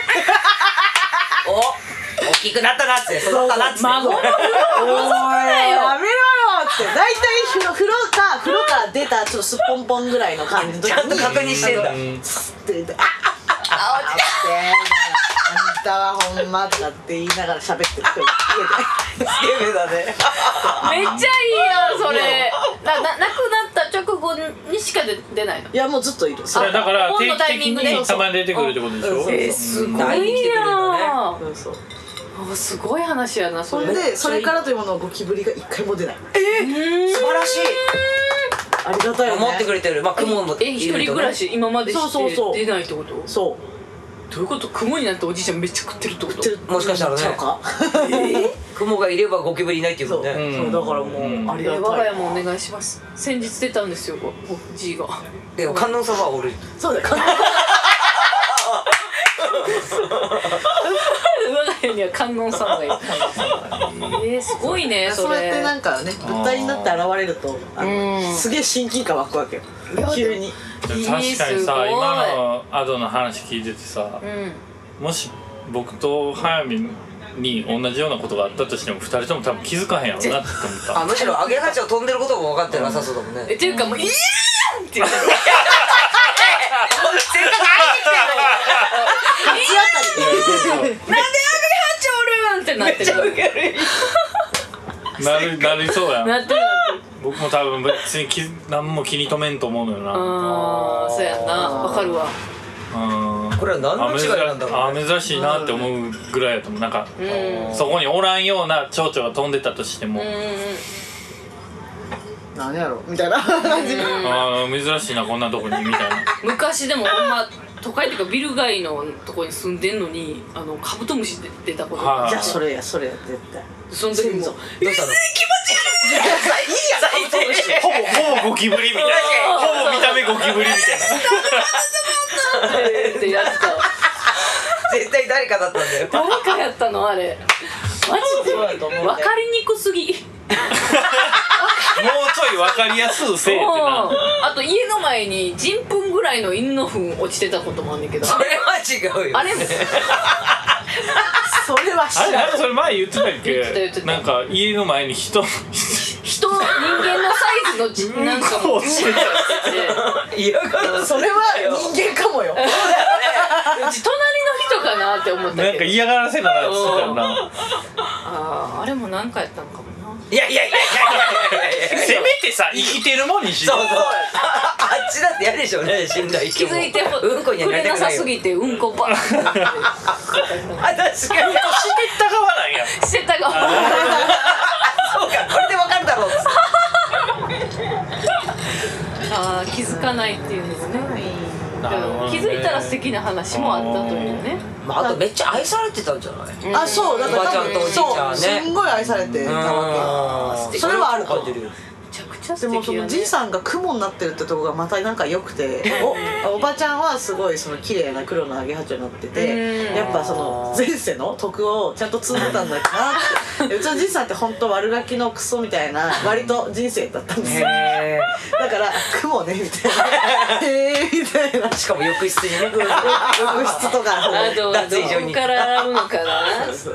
大きくなったなって育ったなって孫の風呂を覗くなよやめろよって大体風呂から出たちょっとすっぽんぽんぐらいの感じの時にちゃんと確認してんだって言ってあんたはほんまとかって言いながら喋ってる人家でスケベだねめっちゃいいやんそれ亡くなった直後にしか出ないのいやもうずっといるそれだから本のタイ定期的ミングでにたまに出てくるってことでしょ。 すご会いに来いてくれるんやんそうすごい話やなそれそれでそれからというもののゴキブリが一回も出ない素晴らしいありがたいよね思ってくれてるまあ雲も一人暮らし今までして出ないってことそどういうこと？雲になっておじいちゃんめっちゃ食ってるってこと？ もしかしたらねちゃうか雲がいればゴキブリいないっていうもんね。 そうだからもうありがたい。 我が家もお願いします。先日出たんですよ、おじいが。 でも観音様はおる。 そうだよ。 我が家には観音様がいる。すごいね、それ。 そうやってなんかね、物体になって現れるとすげえ親近感湧くわけよ。急に。 でも確かにさ、今のアドの話聞いててさ、もし僕と早見に同じようなことがあったとしても2人とも多分気づかへんやろうなって思った。 むしろアゲハチョウ飛んでることも分かってなさそうだもんね。 っていうかもう「イエーン!」って言ってる。 せっかく会いに来てるのに。 なんでアゲハチョウおるんってなってる。 なりそうやん。 なってる。 僕も多分別に何も気に留めんと思うのよな。 そうやんな、わかるわ。 これは何の違いなんだろうね。 珍しいなって思うぐらいやと思う。なんかそこにおらんような蝶々が飛んでたとしても、 何やろみたいな感じ。 珍しいなこんなとこにみたいな。 昔でもほんま都会っていうかビル街のとこに住んでんのにカブトムシで出たことがあって、 じゃあそれや絶対。 その時もどうしたの？ 気持ち悪いほぼゴキブリみたいな。ほぼ見た目ゴキブリみたいな。 ってやってた。 絶対誰かだったんだよ。 誰かやったのあれ。マジで分かりにくすぎ。 もうちょい分かりやすいせえってな。 あと家の前に人糞ぐらいの犬の糞落ちてたこともあんねんけど、 それは違うよ。 あれもそれは知あれらん。 なんかそれ前言ってたっ言ってたけ？なんか家の前に人人間のサイズのなんかもう教えて嫌がる。 それは人間かもよ。 うち隣の人かなって思ったけど、 なんか嫌がらせだなっつってたよな。 あれも何かやったんかもな。 いやいやいやいやいやいや。 せめてさ生きてるもんにしよう。 そうそう。あっちだって嫌でしょうね、死んだ生き気づいてうんこにはなりたくなよ触れないさす。ぎてうんこばーって確かに。 してった側なんや。 してたがそうか、これでわかるだろうっつって。 気づかないっていうんですね。 なるほどね。 気づいたら素敵な話もあったというね。 あとめっちゃ愛されてたんじゃない？ あ、そうだからおばちゃんとおじいちゃんねそうすんごい愛されてたわけ。それはあるかも。 感じるよ。 めちゃくちゃでもそ素敵やね。 のじいさんが雲になってるってとこがまたなんか良くて、おばちゃんはすごいその綺麗な黒のアゲハチョウになってて、やっぱその前世の徳をちゃんと積んでたんだなって。うちのじいさんって本当悪ガキのクソみたいな割と人生だったんですよ。 へだから雲ねみたいな、へーみたいな。 ー。しかも浴室にね。 浴室とかど脱衣所にこから洗うのかな。 そ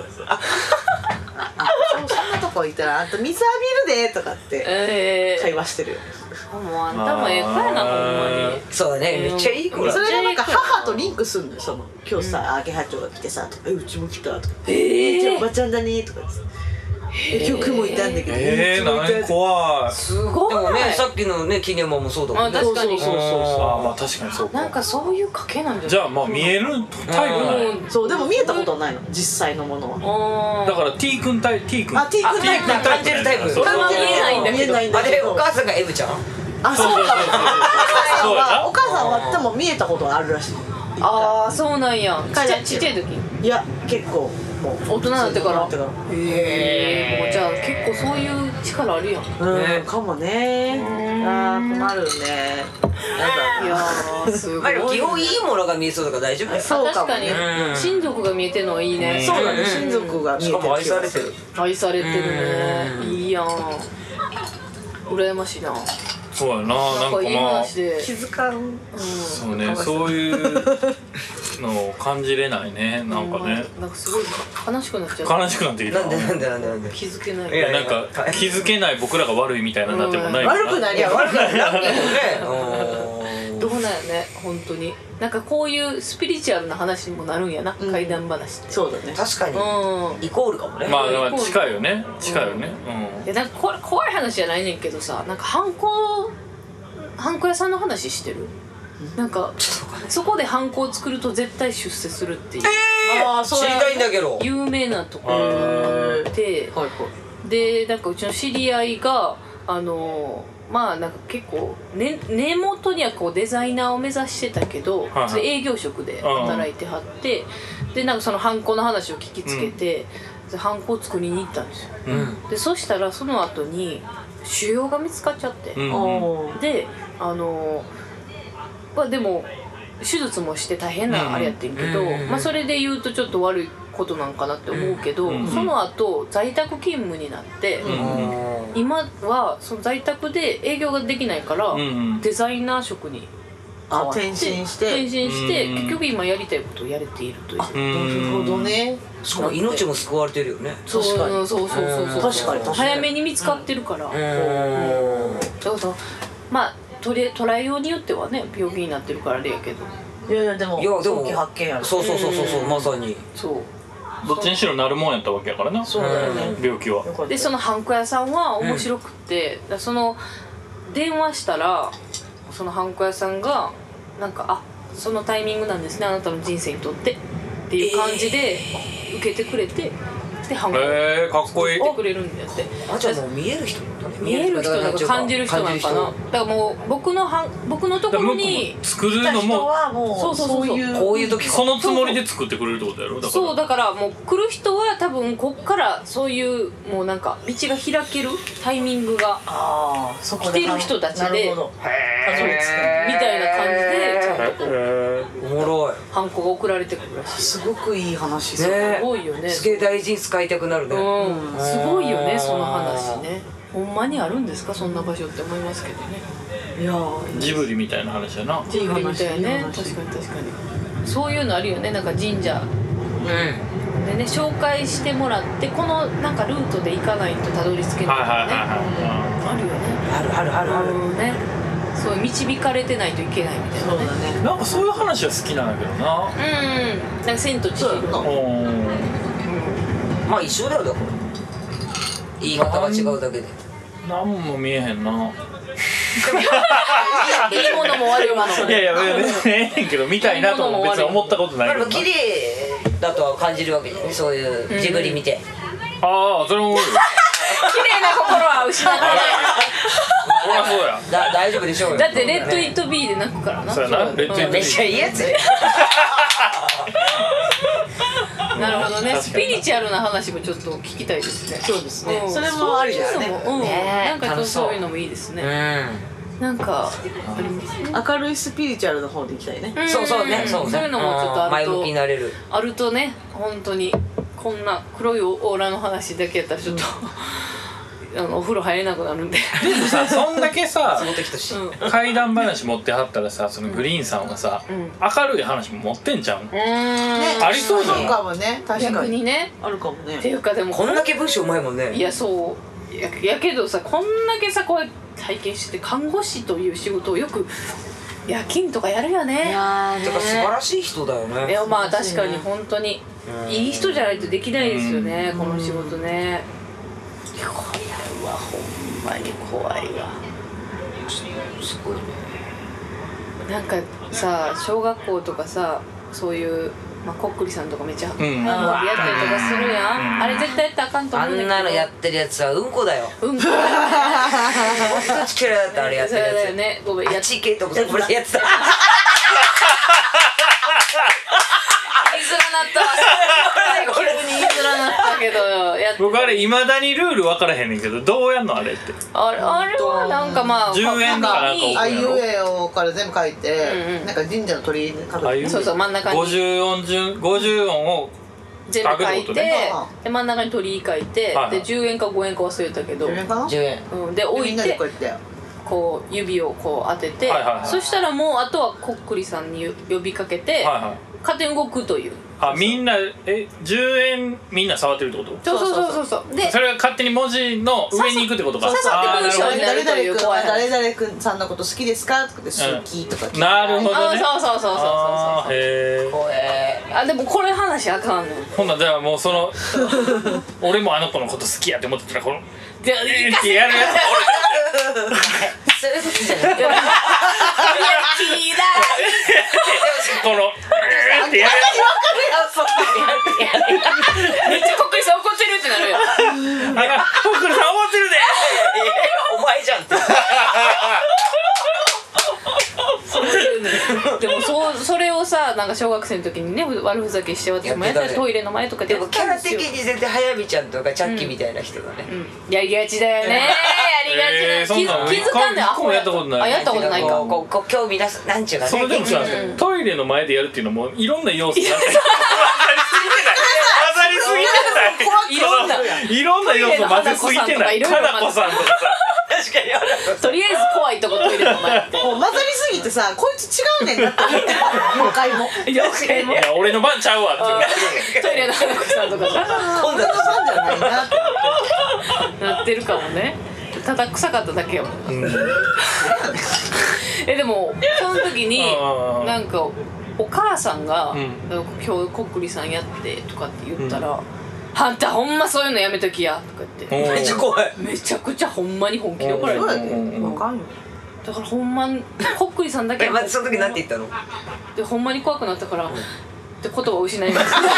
んなとこ行ったら「あんた水浴びるで」とかって会話してるよ。 もうあんたもええ子やなほんまに。 そうだね、めっちゃいい子だそ。れがなんか母とリンクするんだよ。その今日さアゲハチョウが来てさ「うちも来た」とか「じゃあおばちゃんだね」とか言って「今日雲いたんだけどうちもいた」 何怖い。 すごい。 でもね、さっきのね、キネマもそうだもんね。 確かにそうまあ確かにそうか。 なんかそういう賭けなんじゃない。 じゃあまあ見えるタイプなんや。 そうでも見えたことはないの実際のものは。 だから T 君タイプ。T 君。 あ T 君タイプだ感じるタイプ。 それは見えないんだけど見えないんだあれ、 けどお母さんが M ちゃん？ あそうかも。 そうやなお母さんはでも見えたことはあるらしい。 ああそうなんや。ちっちゃい時。 いや結構もう大人になってから。 大人になってへえ。もうじゃあ結構そういう力あるやん。 うんかもね。あー困るね。 いやーすごい。 まあでも基本いいものが見えそうだから大丈夫だよ。 そうかも確かにうん親族が見えてるのはいいね。 そうだね、 うん親族が見えてるしかも愛されてる。 愛されてるね。いいやん。羨ましいな。 そうやな。なんかいいまあ話で。 気づかん。 そうね、そういうのを感じれないね。なんかね、 なんかすごい悲しくなっちゃう。 悲しくなってきた。 なんで。 気づけない。 いやなんか気づけない僕らが悪いみたいななってもないから。 悪くないいや、悪くない。ラッキーどうなんやね本当に。なんかこういうスピリチュアルな話にもなるんやな、怪談話って。 そうだね。 確かにうん。 イコールかもね。 まあだから近いよね。近いよね。 でなんかこれ怖い話じゃないねんけどさ、なんかハンコ屋さんの話してる。なんかそこでハンコを作ると絶対出世するっていうああ知りたいんだけど。 有名なところがあって、 はいはい。 でなんかうちの知り合いがまあなんか結構、ね、根元にはこうデザイナーを目指してたけど、 はいはい、 営業職で働いてはって、でなんかそのハンコの話を聞きつけて、ハンコを作りに行ったんですよ、でそしたらその後に腫瘍が見つかっちゃって、でまあでも手術もして大変なあれやってんけど、まあそれで言うとちょっと悪いことなんかなって思うけど、その後在宅勤務になって、今はその在宅で営業ができないから、デザイナー職に変わって転身して結局今やりたいことをやれているという。 なるほどね。 しかも命も救われてるよね。 そう確かに早めに見つかってるから、だからまあ捉えようによってはね病気になってるからあれやけど、 いやでも早期発見やる。 そうまさにそうどっちにしろなるもんやったわけやからな。 そうだよね、 病気は。 でそのハンコ屋さんは面白くって、その電話したらそのハンコ屋さんがなんかそのタイミングなんですねあなたの人生にとってっていう感じで受けてくれて、でハンコかっこいい。 送ってくれるんだよって。 じゃあもう見える人なんだね。 見える人なんか感じる人なんかな。だからもう僕のところに作るのもそうこういう時そのつもりで作ってくれるってことやろ。 そうだからもう来る人は多分こっからそういうもうなんか道が開けるタイミングが来てる人たちでみたいな感じでちゃんとこうおもろいハンコが送られてくるらしい。 すごくいい話。 すごいよね。 すげえ大事に使いたくなるね。 すごいよねその話ね。ほんまにあるんですかそんな場所って思いますけどね。 いやジブリみたいな話やな。 ジブリみたいね。確かにそういうのあるよね。なんか神社でね紹介してもらってこのなんかルートで行かないとたどり着けないとかねあるよね。 あるね。そう導かれてないといけないみたいなね。そうだね。 なんかそういう話は好きなんだけどな。 なんか千と千尋の。 まあ一緒だよだから。言い方が違うだけで。 なんも見えへんな。 いいものも悪いものも。 いや別にええねんけど見たいなとも別に思ったことないけどな。 綺麗だとは感じるわけじゃない。そういうジブリ見て。 それも思うよ。 綺麗な心は失ってない。 そうや。 大丈夫でしょうよ。 だってレッドイットビーで泣くからな。 そうやな。レッドイットビー。 めっちゃいいやつ。 なるほどね。スピリチュアルな話もちょっと聞きたいですね。 そうですね。それもありですね。 なんかそういうのもいいですね。なんか明るいスピリチュアルの方で行きたいね。 そうね。 そういうのもちょっと前向きになれる。 あるとね本当にこんな黒いオーラの話だけやったらちょっと。お風呂入れなくなるんで。 でもさそんだけさ怪談話持ってはったらさそのグリーンさんはさ明るい話も持ってんちゃう？ありそうじゃない？ そうかもね。確かに。 逆にね。 あるかもね。 っていうかでもこんだけ文章うまいもんね。 いやそうやけどさこんだけさこう体験してて看護師という仕事をよく夜勤とかやるよね。 てか素晴らしい人だよね。 いやまあ確かに本当にいい人じゃないとできないですよねこの仕事ね。これはほんまに怖いわ。 すごいね。 なんかさ小学校とかさそういうこっくりさんとかめっちゃやったりとかするやん。あれ絶対やったらあかんと思うんだけど。 あんなのやってるやつはうんこだよ。 うんこだよね。 本当に嫌いだったあれやってるやつ。 そうだよね。ごめん。 やっちけとかこれやってた。 言いづらなったわ。急に言いづらなったけど僕あれいまだにルール分からへんねんけどどうやんのあれって。 あれはなんかまあ 10円かなんかあいうえおから全部書いてなんか神社の鳥居に書く。 そう真ん中に 50音を全部書いてで真ん中に鳥居書いてで10円か5円か忘れたけど 10円で置いてこう指をこう当ててそしたらもうあとはこっくりさんに呼びかけて勝手に動くという。 みんな10円みんな触ってるってこと？ そうでそれが勝手に文字の上に行くってことか。 文章になるという怖い。 誰々くんさんのこと好きですか？とかで好きとか。 なるほどね。 そう。 へえ。 怖え。 でもこれ話あかんねん。 ほんならもうその俺もあの子のこと好きやって思ってたらこのってやるやつそういうことじゃない。 このってやるやめっちゃこっくりさん怒ってるってなるよ。 つ。コックルさん怒ってるで。 お前じゃんって。 でもそれをさなんか小学生の時にね悪ふざけして私もやったらトイレの前とかででもキャラ的に絶対早見ちゃんとかチャッキーみたいな人だね、 やりがちだよねやりがちな気づかんで一個もやったことない。 あやったことないかこう興味なすなんちゅうかねそれでもさ、トイレの前でやるっていうのもいろんな要素があって混ざりすぎてないいろんな要素混ぜすぎてないかなこさんとかさ確かにとりあえず怖いとこトイレの前ってもう混ざりすぎてさこいつ違うねんなって思ってる妖怪も妖怪もいや俺の番ちゃうわってトイレの花子さんとかさ今度の番じゃないなってなってるかもねただ臭かっただけよでもその時になんかお母さんが、今日こっくりさんやってとかって言ったら、あんたほんまそういうのやめときやとか言ってめっちゃ怖いめちゃくちゃほんまに本気で怒られてそうやでわかんよだからほんまこっくりさんだけまずその時なんて言ったのでほんまに怖くなったから、って言葉を失いましたで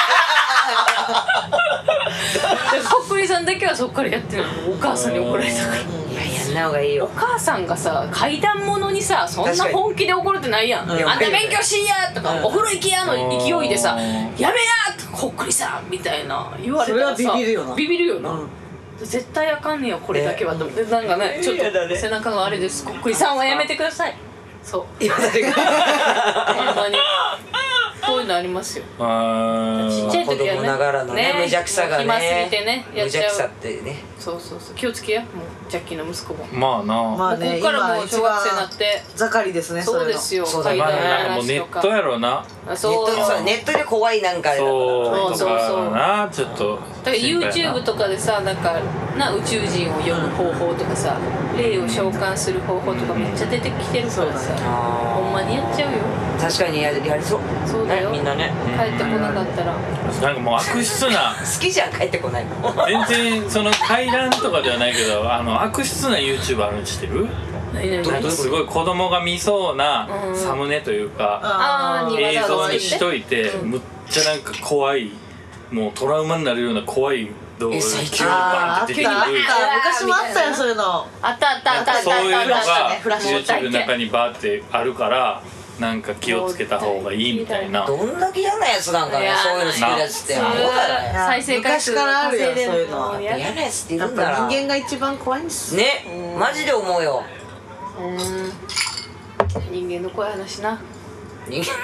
こっくりさんだけはそっからやってるのお母さんに怒られたからいややんな方がいいよお母さんがさ怪談物にさそんな本気で怒るってないやん、あんた勉強しいやとか、お風呂行きやの勢いでさ、やめやこっくりさんみたいな言われたらさそれはビビるよなビビるよな、絶対あかんねやこれだけはと思ってなんかねちょっと背中があれですこっくりさんはやめてくださいそう今誰がほんまにこういうのありますよちっちゃい子時は供ながらのね無邪気さがね暇すぎてねやっちゃう無邪気さってねそう気をつけやもうジャッキーの息子もまあなまあねここからもう小学生になって盛りですねそうですよそうだ階段のまあなんかもう話とかネットやろなそうネットで怖いなんかあれだからそうそうとかなちょっとだから YouTube とかでさなんかな宇宙人を呼ぶ方法とかさ霊を召喚する方法とかめっちゃ出てきてるからさほんまにやっちゃうよ確かにやりそうそうだよみんなね帰ってこなかったらなんかもう悪質な好きじゃん帰ってこないの全然その階段とかではないけど悪質な YouTube あるの知ってる？ 何なんかすごい子供が見そうなサムネというか映像にしといてむっちゃなんか怖いもうトラウマになるような怖い動画が急にバンって出てくる昔もあったよそういうのあったそういうのがフラッシュ YouTube の中にバーってあるからなんか気をつけた方がいいみたいなどんだけ嫌なやつなんかねそういうの好きなやつってアホだよ再生回数昔からあるよ稼いでんのそういうのは嫌なやつっていやっるんだなぱ人間が一番怖いんですねマジで思うよ人間の怖い話な人間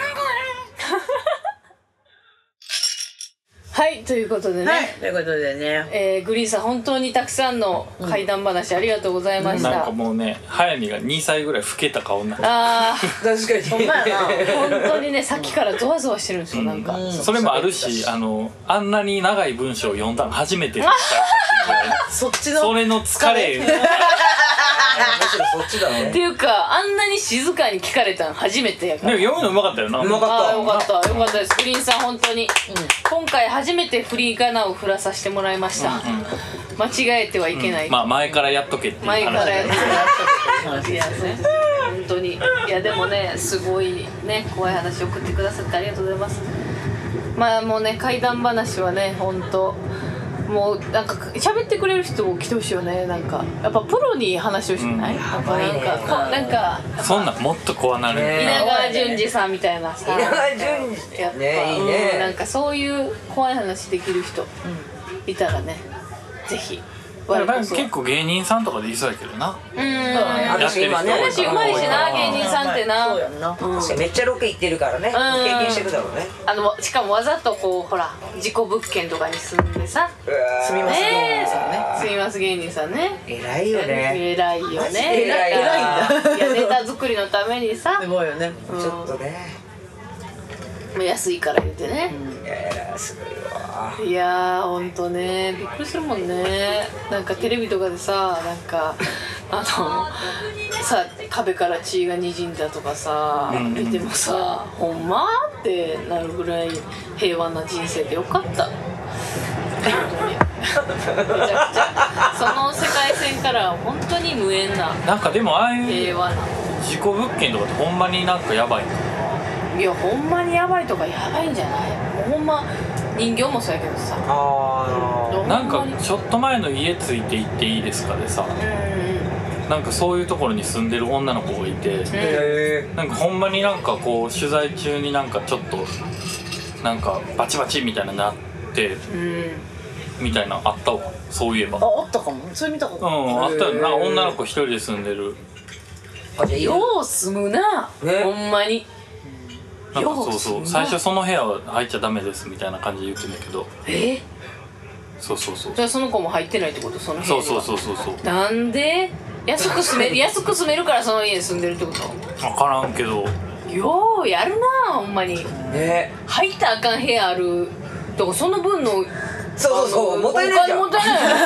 はいということでね、 はいということでねグリーンさん本当にたくさんの怪談話ありがとうございました、 なんかもうね早見が2歳ぐらい老けた顔になってあ確かにほんまやな本当にねさっきからゾワゾワしてるんですよなんか、 それもあるしあんなに長い文章を読んだの初めてだったぐらいそっちのそれの疲れむしろそっちだねっていうかあんなに静かに聞かれたの初めてやからでも読むのうまかったよなうまかったあーよかったですグリーンさん本当に、今回初めてフリーガナを振らさせてもらいました、間違えてはいけない、 まあ前からやっとけっていう話前からやって話いやね本当にいやでもねすごいね怖い話送ってくださってありがとうございますまあもうね怪談話はね本当もうなんか喋ってくれる人も来てほしいよねなんかやっぱプロに話してほしくない、やっぱなんかそんなんもっと怖なるね稲川淳二さんみたいなさ稲川淳二やっぱ、 ねいいねなんかそういう怖い話できる人いたらねぜひなんか結構芸人さんとかでいそうやけどな私今ね話うまいしな芸人さんってなそうやんな確かにめっちゃロケ行ってるからね経験してるだろうねしかもわざとこうほら事故物件とかに住んでさすみません芸人さんね住みます芸人さんね偉いよね偉いよね偉い偉いんだいやネタ作りのためにさすごいよねちょっとね安いから言ってね、 いやすごいわいやーほんとねびっくりするもんねなんかテレビとかでさなんかさ壁から血がにじんだとかさ、見てもさほんまってなるぐらい平和な人生でよかった本当にめちゃくちゃその世界線から本当に無縁ななんかでもああいう平和な事故物件とかってほんまになんかやばいのいやほんまにやばいとかやばいんじゃないもうほんま人形もそうやけどさあなんかちょっと前の家ついて行っていいですかでさなんかそういうところに住んでる女の子がいて、なんかほんまになんかこう取材中になんかちょっとなんかバチバチみたいななって、みたいなあったわ。そういえばあったかも。それ見たことあったよ。なんか女の子一人で住んでる。 よう住むな、ほんまに。 なんかそう最初その部屋は入っちゃダメですみたいな感じで言ってんだけど、そうじゃあその子も入ってないってこと？その部屋には。 そうなんで安く住めるからその家に住んでるってこと？ 分からんけど、 ようやるなほんまに。入ったらあかん部屋あるとか、その分のそうもったいないじゃん。 もったいない。 いやめっちゃ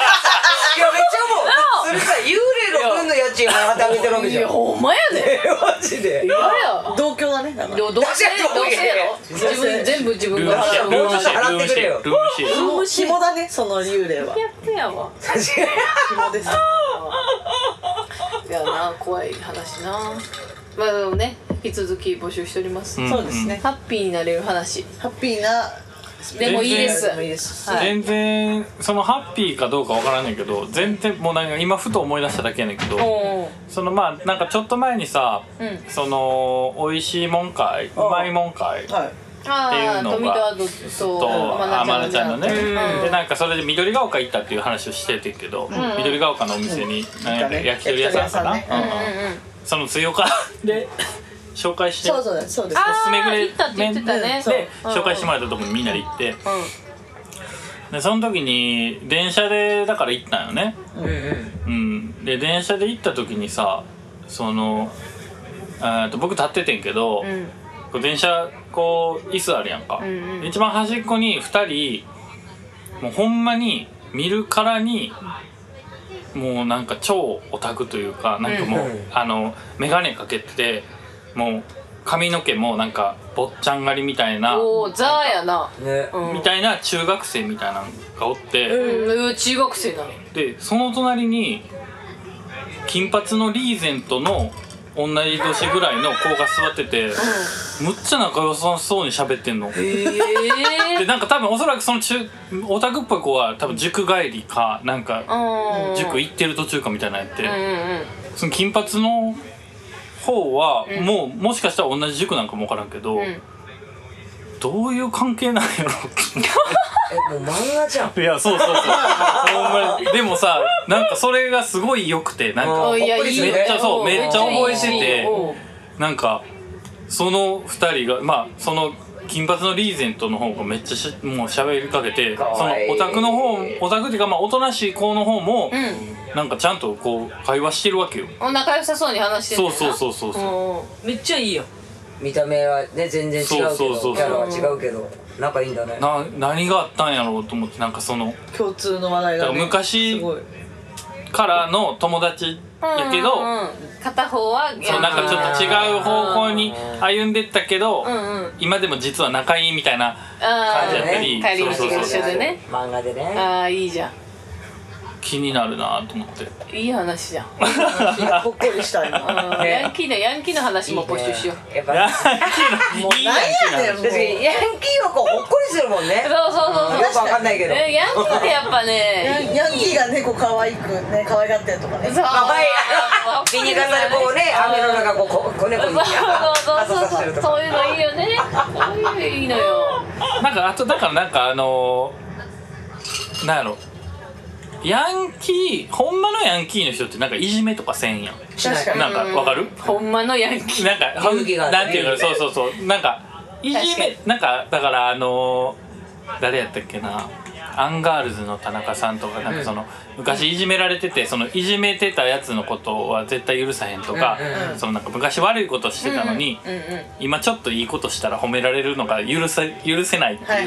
思う。それさ幽霊の分の家賃払ってあげてるわけじゃん。 いやほんまやで。 マジで。 やや同居だね。だからどうせやろ。全部自分が払う。 ルームシェア紐だね、その幽霊は。 やってやわ。 紐です。 いやな、怖い話な。まあでもね、引き続き募集しております。 そうですね。 ハッピーになれる話ハッピーなでもいいです。 全然そのハッピーかどうかわからんねんけど、全然もうなんか今ふと思い出しただけやねんけど、そのまあなんかちょっと前にさ、その美味しいもん会、うまいもん会っていうのがとあまなちゃんのね、でなんかそれで緑が丘行ったっていう話をしててんけど、緑が丘のお店に焼き鳥屋さんかな、その強化で紹介して、 そうです。 ああ行ったって言ってたね。 で紹介してもらったとこにみんなで行って、でその時に電車でだから行ったんよね。で電車で行った時にさ、その僕立っててんけど、電車こう椅子あるやんか、一番端っこに2人もうほんまに見るからにもうなんか超オタクというか、なんかもう眼鏡かけてて、もう髪の毛もなんか坊ちゃん狩りみたいな、 ザーやなみたいな中学生みたいなのがおって、 中学生なのでその隣に金髪のリーゼントの同じ年ぐらいの子が座ってて、むっちゃ仲良さそうに喋ってんの。でなんか多分おそらくそのオタクっぽい子は多分塾帰りかなんか塾行ってる途中かみたいなやって、その金髪の方はもしかしたら同じ塾なんかも分からんけど、どういう関係なんやろもう漫画じゃん。 いやそうほんまに。でもさ、なんかそれがすごい良くて、なんかめっちゃ覚えてて、なんかその2人がまあその金髪のリーゼントの方がめっちゃもう喋りかけて、そのオタクっていうかまあおとなしい子の方もなんかちゃんとこう会話してるわけよ。 仲良さそうに話してる。 そうめっちゃいいよ。 見た目はね全然違うけど、キャラは違うけど仲いいんだね。 何があったんやろうと思って、なんかその共通の話題がね、 昔からの友達やけど、 片方はそうなんかちょっと違う方向に歩んでったけど、今でも実は仲いいみたいな感じやったり、 帰り道が一緒でね、 漫画でね。 ああいいじゃん。 気になるなと思って。 いい話じゃん。 ほっこりしたいな。 ヤンキーの話も募集しよう。 やっぱヤンキーのいいヤンキーなの。 確かにヤンキーはこうほっこりするもんね。 そうよくわかんないけど。 ヤンキーってやっぱね、 ヤンキーが猫可愛くね可愛がってるとかね。 そうビニ傘でこうね雨の中こう子猫に傘させてるとか。 そういうのいいよね。そういうのいいのよ。 なんかあとだからなんかなんやろ、ヤンキーほんまのヤンキーの人ってなんかいじめとかせんやん。 確かに。 なんかわかる？ ほんまのヤンキー。 なんかなんていうかそうなんかいじめなんかだから誰やったっけな、アンガールズの田中さんとかなんかその昔いじめられてて、そのいじめてたやつのことは絶対許さへんとか、そのなんか昔悪いことしてたのに今ちょっといいことしたら褒められるのが許せないって言うねんけど、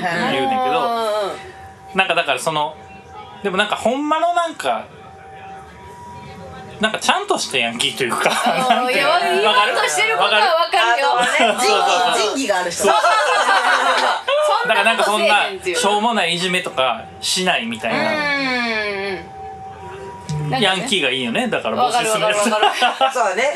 なんかだからそのでもなんかほんまのなんかちゃんとしたヤンキーというか、 いや言わんとしてることはわかるよ。 仁義がある人。 だからなんかそんなしょうもないいじめとかしないみたいなヤンキーがいいよね。だから募集するやつ。 そうだね。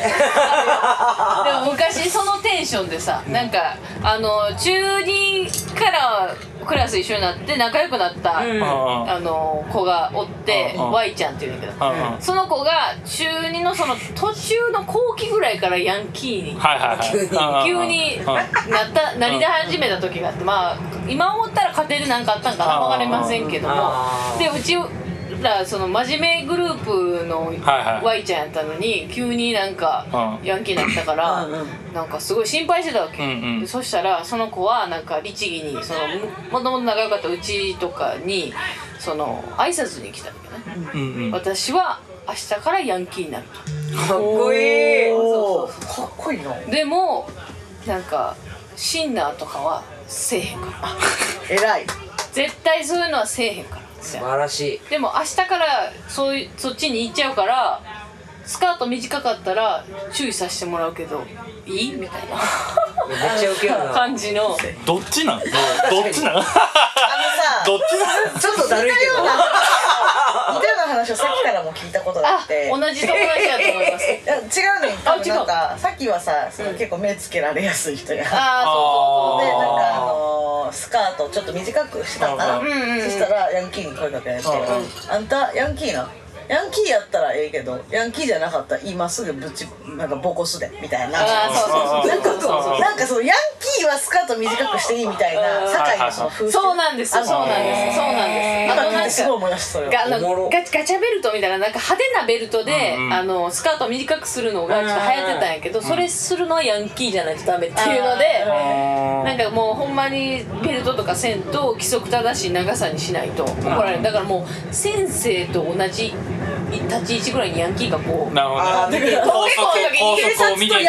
でも昔そのテンションでさ、なんか中2からクラス一緒になって仲良くなった、子がおって、Y ちゃんっていうんだけど、その子が中2のその途中の後期ぐらいからヤンキーに急になり始めた時があって、まあ今思ったら家庭で何かあったんかな分かりませんけども、でうちらその真面目グループの Y ちゃんやったのに急になんかヤンキーになったからなんかすごい心配してたわけ、でそしたらその子はなんか律儀にそのもともと仲良かったうちとかにその挨拶に来たわけね、私は明日からヤンキーになると。 かっこいい。 かっこいいな。 でもなんかシンナーとかはせえへんから偉い。 絶対そういうのはせえへんから。 素晴らしい。 でも明日からそっちに行っちゃうからスカート短かったら注意させてもらうけどいいみたいなめっちゃウケるな感じの。 どっちなん？どっちなん？ あのさ、 どっちなん？ ちょっとだるいけど似たような話をさっきからも聞いたことがあって。 同じ友達だと思います。 違うねん。多分なんかさっきはさ、結構目つけられやすい人や。 そうでなんかスカートちょっと短くしたかな。そしたらヤンキーに声かけられて、あんたヤンキーな。ヤンキーやったらええけどヤンキーじゃなかったら今すぐなんかボコすでみたいな。なんかそのヤンキーはスカート短くしていいみたいな堺のその風習。 そうなんですよ。そうなんです。 今聞いてすごい思い出したそれは。 ガチャベルトみたいななんか派手なベルトでスカートを短くするのがちょっと流行ってたんやけど、それするのはヤンキーじゃないとダメっていうので、なんかもうほんまにベルトとかせんと規則正しい長さにしないと怒られる。だからもう先生と同じ立ち位置ぐらいにヤンキーがこうなるほどね。 高速を見て立って見て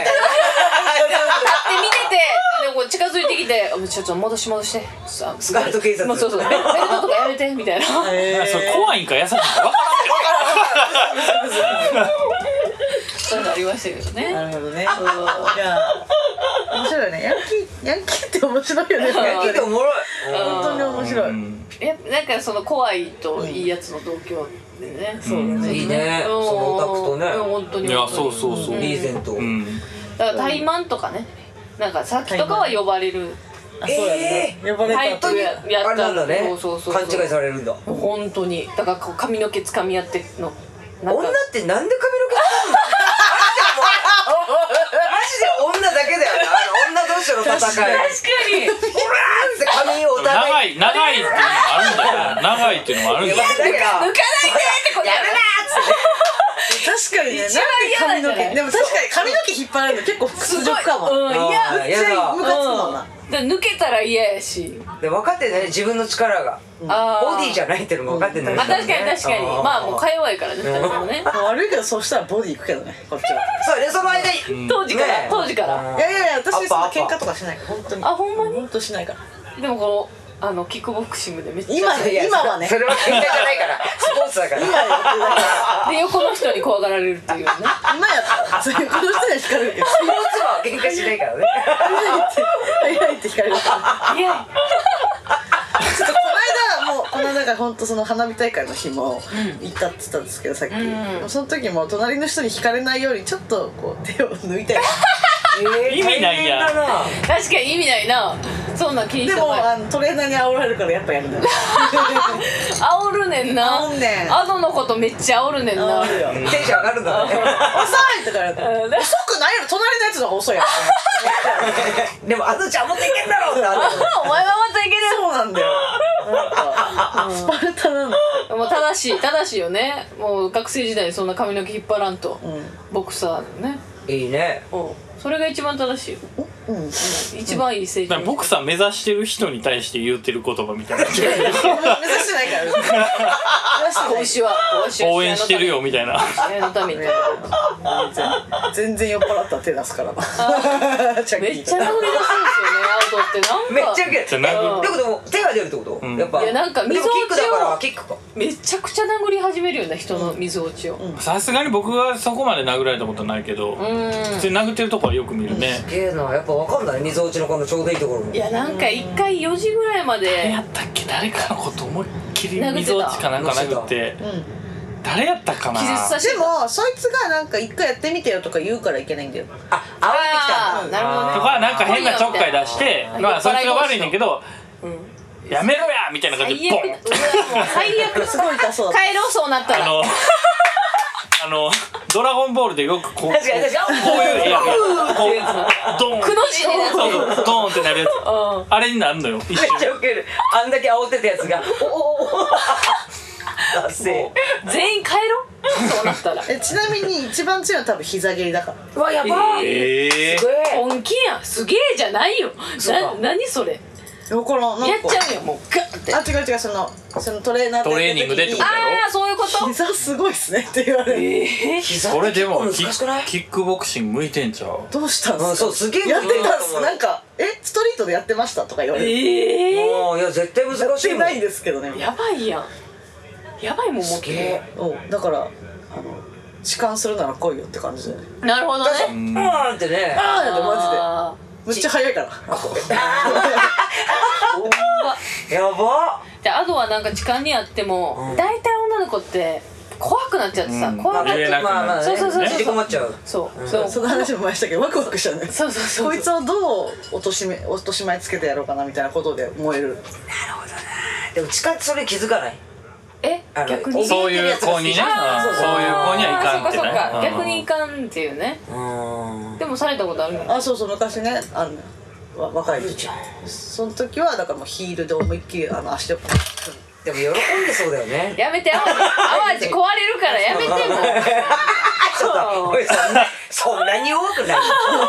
て、でも近づいてきてちょっと戻してスカート警察。 そうベルトとかやめてみたいな。 それ怖いんか優しいんか分からん。 そういうのありましたけどね。 なるほどね。じゃあ面白いね。ヤンキーって面白いよね。 ヤンキーっておもろい。 本当に面白い。 なんかその怖いといいやつの同居でね。 そうだね。 いいね。そのオタクとね。 本当に。 いやそうリーゼント。 だからタイマンとかね。なんかさっきとかは呼ばれる。 そうやね。呼ばれた。 タイプやったあれなんだね。 そう勘違いされるんだ。 本当に。だから髪の毛掴み合っての。 女ってなんで髪の毛掴むの？マジで女だけだよな。女同士の戦い。 確かに。 ほらーって髪をお互い。 長いっていうのもあるんだよ。長いっていうのもあるんだよ。 抜かないでってこれやめな確かにね。なんで髪の毛。でも確かに髪の毛引っ張られるの結構屈辱かも。 いやめっちゃムカつくもんな。 抜けたら嫌やし。 で分かってない自分の力が。ボディじゃないっていうのも分かってない。 確かにまあもうか弱いからね。 悪いけどそうしたらボディいくけどねこっちは。 そうねその間当時から。 いや私そんな喧嘩とかしない本当に。 ほんまに？ 本当しないから。 でもこのキックボクシングでめっちゃ今はね。 それは喧嘩じゃないからスポーツだから。 で横の人に怖がられるっていうね。 今やったらそういうこの人には惹かれるけど。 スポーツは喧嘩しないからね。 早いって惹かれるから。 いや。 ちょっとこの間が本当その花火大会の日も行ったって言ったんですけどさっき、その時も隣の人に惹かれないようにちょっとこう手を抜いたり意味ないやん。 確かに意味ないな。そんな気にしでもたない。 トレーナーに煽られるからやっぱやるんだよ。 煽るねんな。 煽んねん。 アドのことめっちゃ煽るねんな。 煽るよ。 テンション上がるんだね。 遅いとか言われて遅くないよ隣のやつの方が遅いやん。 でもあのちゃんもっといけんだろうってお前はまたいける。 そうなんだよ。スパルタなんだ。 もう正しいよね。もう学生時代にそんな髪の毛引っ張らんと、ボクサーね。 いいね。 それが一番正しいよ。一番いい成長。 ボクサー目指してる人に対して言ってる言葉みたいな。 目指してないから応援してるよみたいな。 のために全然酔っ払ったら手出すからな。 めっちゃ殴り出すんですよね、アウトってなんかめっちゃウケる。ってことも手が出るってこと？やっぱ。 いやなんか溝落ちをキックだからキックか。 めちゃくちゃ殴り始めるような人の溝落ちを。 さすがに僕はそこまで殴られたことないけど、普通に殴ってるとこはよく見るね。 すげえな、やっぱ分かんない溝落ちのこのちょうどいいところも。 いやなんか一回4時ぐらいまでやったっけ、誰かのこと思いっきり溝落ちかなんか殴って、誰やったかな。 でもそいつがなんか一回やってみてよとか言うからいけないんだよ。 あ、煽ってきたんだ。 なるほどね。 とかなんか変なちょっかい出して、まあそいつが悪いねんけど、 やめろやみたいな感じでボン最悪。うわもう最悪。 すごい痛そうだ。 帰ろうそうなったら。 ドラゴンボールでよくこう確かに確かにこういうエアこうドンくの字になってそうそうドーンってなるやつあれになるのよ一めっちゃ瞬ウケる。あんだけ煽ってたやつがおだせ全員帰ろうそうなったら。 ちなみに一番強いのは多分膝蹴りだから。 うわやばい。すごい。 本気やん。すげえじゃないよ。何それ。 だからなんかやっちゃうよもうガッて。 あ、違う違う、そのトレーナーとトレーニングでってことやろああそういうこと。 膝すごいっすねって言われる。 膝それでも難しくない？ キックボクシング向いてんちゃうどうしたんすか。 そうすげえやってたんす。 向いてると思うなんかストリートでやってましたとか言われる。 もういや絶対難やっしいもん。 てないんですけどね。 やばいやん。やばいもんもう。 すげえ。 だから痴漢するなら来いよって感じで。 なるほどね。 ーんってね。 あーってマジで。 あむっちゃ早いから。 やば。 でアドはなんか時間にあっても、大体女の子って怖くなっちゃってさ、 うん怖がって言えなくなるまあそうそうそうそう引きこもっちゃう。 そうそうその話も前したけどワクワクしたね。 そうそうそうこいつをどう落とし前つけてやろうかなみたいなことで燃える。 でも近くそれ気づかない。 逆にそういう子にねあーそういう子にはいかんってそうかそうかね逆にいかんっていうね。でもされたことあるの。 あ、そうそう、昔ね、若い時。その時はだからもうヒールで思いっきり足で。 でも喜んでそうだよね。 やめて淡路壊れるからやめてもおいそんなに弱くない。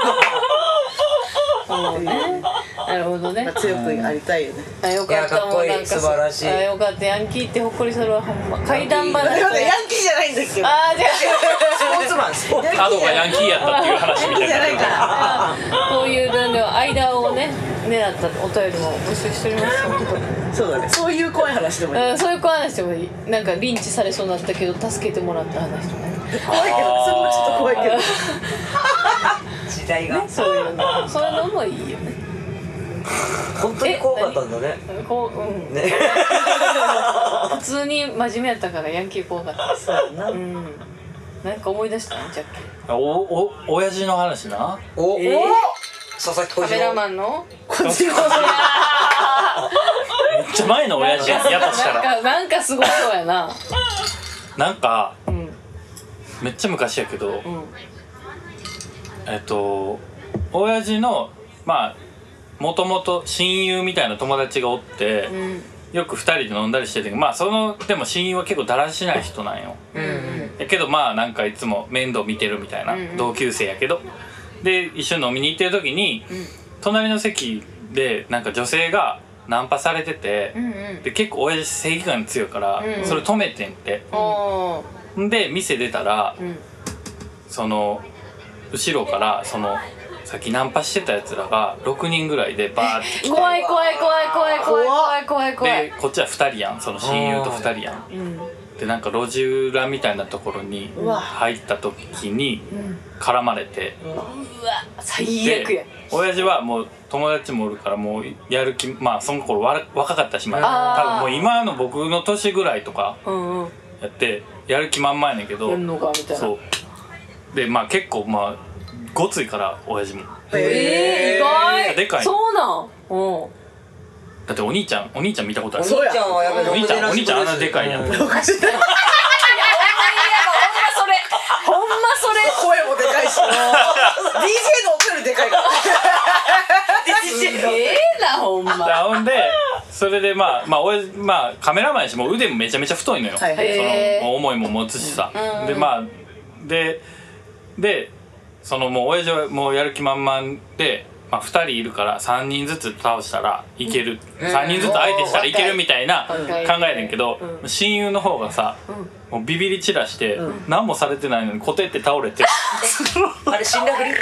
そうね。なるほどね。 強くありたいよね。 あよかったいやかっこいいもうなんか素晴らしいあよかったヤンキーってほっこりするわほんま怪談話。 だからヤンキーじゃないんですけど。 あーじゃスポーツマンスポーツアドがヤンキーやったっていう話みたいじゃないなから。 あこういうなんで間をね狙ったお便りも募集しております本そうだね。そういう怖い話でもいい。 当。そういう話でもいい。なんかリンチされそうになったけど助けてもらった話とかね。 怖いけど、それもちょっと怖いけど。 時代がそういうのもいいよね。 本当に怖かったんだね。 こうね。 普通に真面目やったからヤンキー怖かった。 そうだな。 なんか思い出したんじゃっけ。 親父の話なお佐々木小カメラ次郎。 マンのこっちもめっちゃ前の親父やとしたらなんかすごそうやな。 なんかうんめっちゃ昔やけどうん親父のまあもともと親友みたいな友達がおってうんよく2人で飲んだりしててまあでも親友は結構だらしない人なんよやけどまあなんかいつも面倒見てるみたいな同級生やけどで一緒に飲みに行ってる時に隣の席でなんか女性がナンパされててで結構親父正義感強いからそれ止めてんっておーで店出たらその後ろからそのさっきナンパしてたやつらが6人ぐらいでバーって来て怖い怖い怖い怖い怖い怖い怖い怖い。 でこっちは2人やんその親友と2人やんでなんか路地裏みたいなところに入った時に絡まれてうわ最悪や。 で親父はもう友達もおるからもうやる気まあその頃若かったしまあ多分もう今の僕の年ぐらいとかうんうん。 やってやる気満々やねんけどやんのかみたいな。 そうでまあ結構まあごついから親父も意外。 でかいそうなん。うん。 だってお兄ちゃん見たことあるお兄ちゃんはやべえお兄ちゃんあんなでかいやんほんまそれ。ほんまそれ。 声もでかいし。DJ の音よりでかいから。 すげえなほんま。 ほんでそれでまあ親父まあカメラマンやしもう腕もめちゃめちゃ太いのよ、 はいはいへーその重いもん持つしさ、 うんでまあでそのもう親父はもうやる気満々で、まあ、2人いるから3人ずつ倒したらいける、3人ずつ相手したらいけるみたいな考えねんけど、親友の方がさ、もうビビり散らして、何もされてないのにコテって倒れてあれ死んだふり。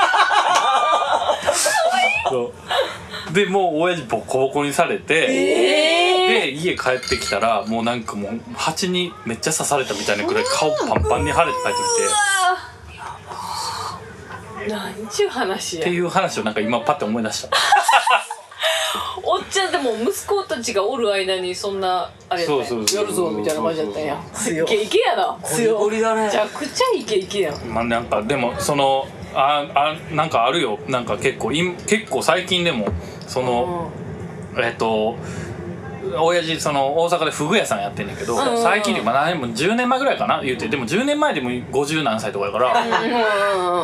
そうでもう親父ボコボコにされて、で家帰ってきたらもうなんかもう蜂にめっちゃ刺されたみたいなくらい顔パンパンに腫れて帰ってきてなんちゅう話や。 っていう話をなんか今パッて思い出したおっちゃんでも息子たちがおる間にそんなあれやったんや。 そうやるぞみたいな感じやったんや。 強いイケイケやな。 ゴリゴリだねめちゃくちゃイケイケやん。 まあなんかでもそのなんかあるよなんか結構最近でもその親父その大阪でフグ屋さんやってんねんけど、最近でも何年も10年前ぐらいかな言うて、でも10年前でも50何歳とかやから、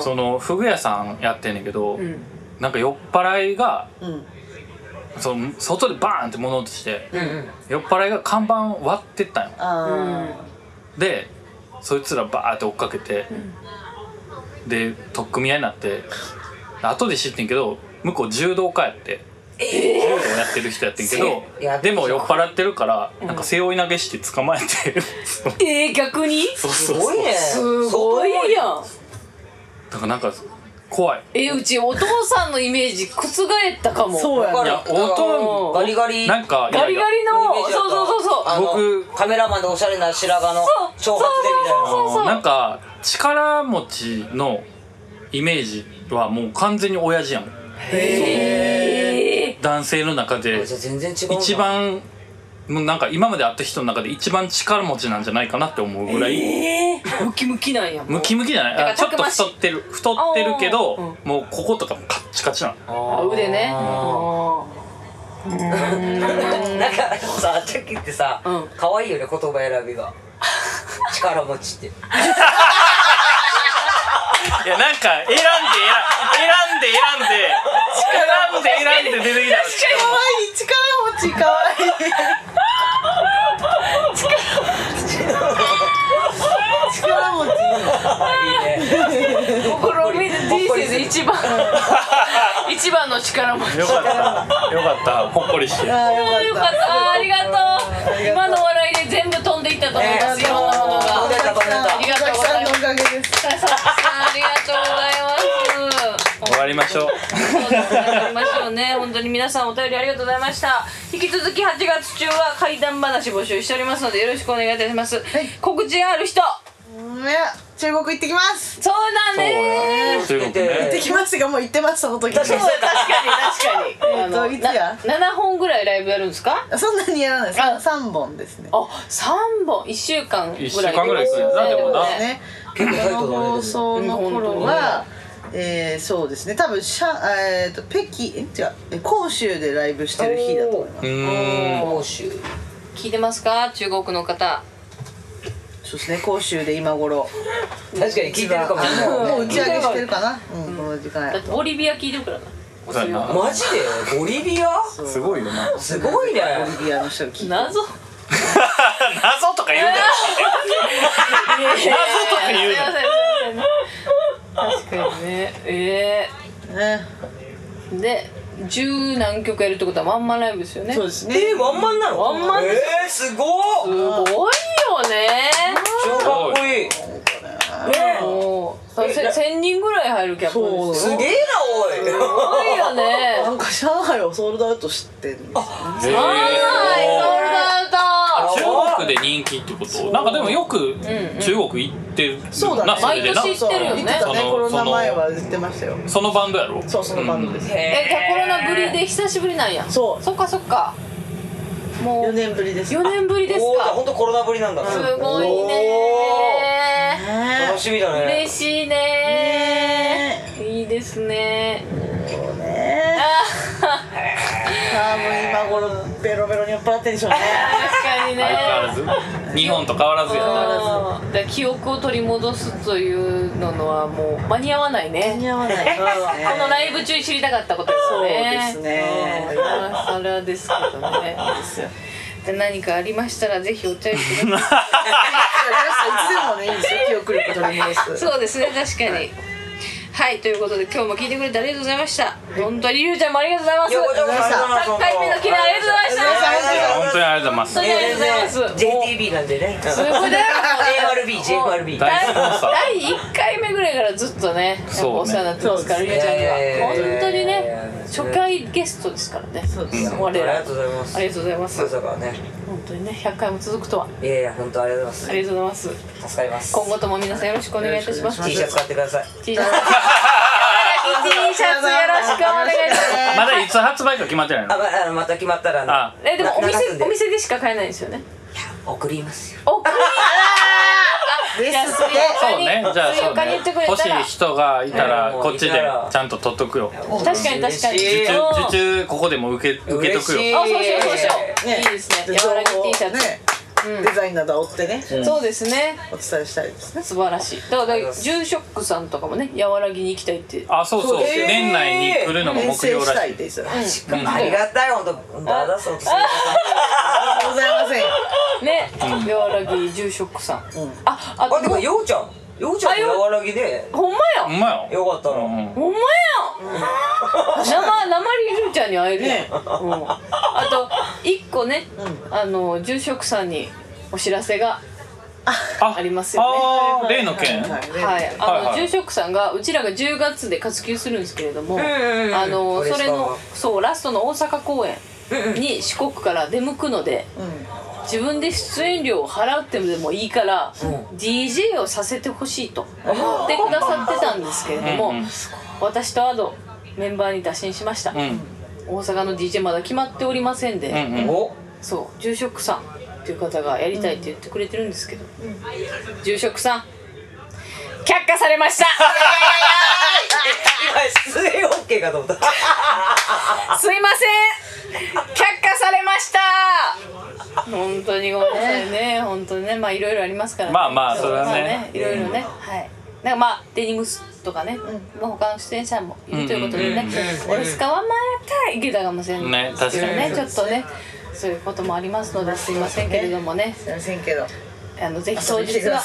そのフグ屋さんやってんねんけど、なんか酔っ払いが、その外でバーンって物音して、酔っ払いが看板割ってったんよ。でそいつらバーって追っかけて、で取っ組み合いになって、後で知ってんけど向こう柔道家やって、柔道やってる人やってんけど、でも酔っ払ってるからなんか背負い投げして捕まえて逆にすごいね。 すごいやん。 だからなんか怖い。 うちお父さんのイメージ覆ったかも。 そうやね。 いや音ガリガリなんかガリガリのそう僕カメラマンでおしゃれな白髪の長髪でみたいな。 そうなんか力持ちのイメージはもう完全に親父やん。男性の中でじゃあ全然違うな。 一番もうなんか今まで会った人の中で一番力持ちなんじゃないかなって思うぐらい、 ムキムキなんや。 ムキムキじゃない、 だからちょっとたくましい太ってるけど、もうこことかもカッチカチなの。 腕ね。 なんかさ、チャキってさ、可愛いよね、言葉選びが。力持ちって。 いやなんか選んで出てきたら力持ちかわいい。力持ちいいね。 心見る人生で一番の力持ち。 よかったほっこりして。 よかったありがとう。今の笑いで全部飛んでいったと思います。いろんなものが。ありがとうございます。 おかげです。 ありがとうございます。 終わりましょう。 そうですね、終わりましょうね。本当に皆さんお便りありがとうございました。引き続き8月中は怪談話募集しておりますのでよろしくお願いいたします。告知ある人。 中国行ってきます。 そうだね。 中国行ってね。 きますがもう行ってますその時。 そう確かに。 いつや 7本ぐらいライブやるんですか？ そんなにやらないです。3本ですね。 あ、3本1週間ぐらい。 1週間ぐらい行くんやな。でもなね。この放送の頃はそうですね。多分北京広州でライブしてる日だと思います。 広州。 聞いてますか？中国の方。 そうですね。広州で今頃。 確かに聞いてるかもしれない。 もう打ち上げしてるかな。この時間や。 だってボリビア聞いてるからな。 そうやな。 マジで？ボリビア？ すごいよな。 すごいね。 ボリビアの人が聞いてる。 謎謎とか言うなよ。謎とか言うな。 確かにね。 ね。 で十何曲やるってことはワンマンライブですよね。 そうですね。 ワンマンなの？ ワンマンすごっ。 すごいよね。 超かっこいい。 もう1000人ぐらい入るキャパです。 すげえなおい。 すごいよね。 なんか上海をソールドアウトしてるんですよね。 はい、ソールドアウト。 中国で人気ってこと？なんかでもよく中国行ってるな。 そうだね。 毎年行ってるよね。 言ってたね。コロナ前は言ってましたよ。 そのバンドやろ？ そうそのバンドです。 コロナぶりで久しぶりなんや。 そう。 そっかそっか。もう 4年ぶりです。 4年ぶりですか。 本当コロナぶりなんだ。 すごいね。 楽しみだね。 嬉しいね。いいですね。 そうね。もう今頃ベロベロに酔っ払ってるでしょうね。 確かにね。 相変わらず日本と変わらずやな。 だ記憶を取り戻すというのはもう間に合わないね。 間に合わないですね。 このライブ中に知りたかったことですよね。 そうですね。 それはですけどね。で何かありましたらぜひお便りください。 いつでもねいいですよ。記憶力取り戻す。 そうですね、確かに。はい、ということで今日も聞いてくれてありがとうございました。本当にりゅうちゃんもありがとうございます。100回目の記念ありがとうございました。 本当にありがとうございます。 本当にありがとうございます。 JTB なんでね。 すごいね。 JFRB 大スポンサー。 第1回目ぐらいからずっとね、やっぱお世話になってますから、りゅうちゃんには本当にね、初回ゲストですからね。 そうですよ。 我らありがとうございます。 ありがとうございます。 まさかね。 本当にね、100回も続くとは。 いやいや、本当ありがとうございます。 ありがとうございます。 助かります。 今後とも皆さんよろしくお願いいたします。 T シャツ買ってください。 T シャツよろしくお願いします。 まだいつ発売か決まってないの？ また決まったらでもお流すんで店でしか買えないんですよね。 送りますよ。 送りですそうね、じゃあそうね、欲しい確人がいたらこっちでちゃんと取っとくよ。 かに確かに受注ここでも受けとくよ。 そうしよういいですね。柔らぎ T シャツね、デザインなどを追ってね、 そうですね、 お伝えしたいですね。 素晴らしい。だから住職さんとかもね、柔らぎに行きたいってあ、そうそう、年内に来るのが目標らしい。 ですよ。 ありがたい、本当あざそうとするございません。 ね、柔らぎ住職さん。あでもようちゃんも柔らぎでほんまやほんまよ。 よかったな。 ほんまや生リルちゃんに会えるやん。あと1個ね、住職さんにお知らせがありますよね。 あ、例の件。 はい、住職さんがうちらが10月で活休するんですけれども、それのラストの大阪公演に四国から出向くので、自分で出演料を払ってもいいから、DJ をさせてほしいと思ってくださってたんですけれども、私とアドメンバーに打診しました。大阪の DJ まだ決まっておりませんで、そう住職さんっていう方がやりたいって言ってくれてるんですけど、住職さん却下されました。 今出演 OK かと思った。 すいません、却下されました。本当にごめんなさいね、本当にね、まあいろいろありますからね。 まあそれはね、 いろいろね、はい。なんかまあデニムスとかね、他の出演者もいるということでね、俺スカはまたいけたかもしれないですけどね、ちょっとね、そういうこともありますのですいませんけれどもね。 すいませんけど、 ぜひ当日は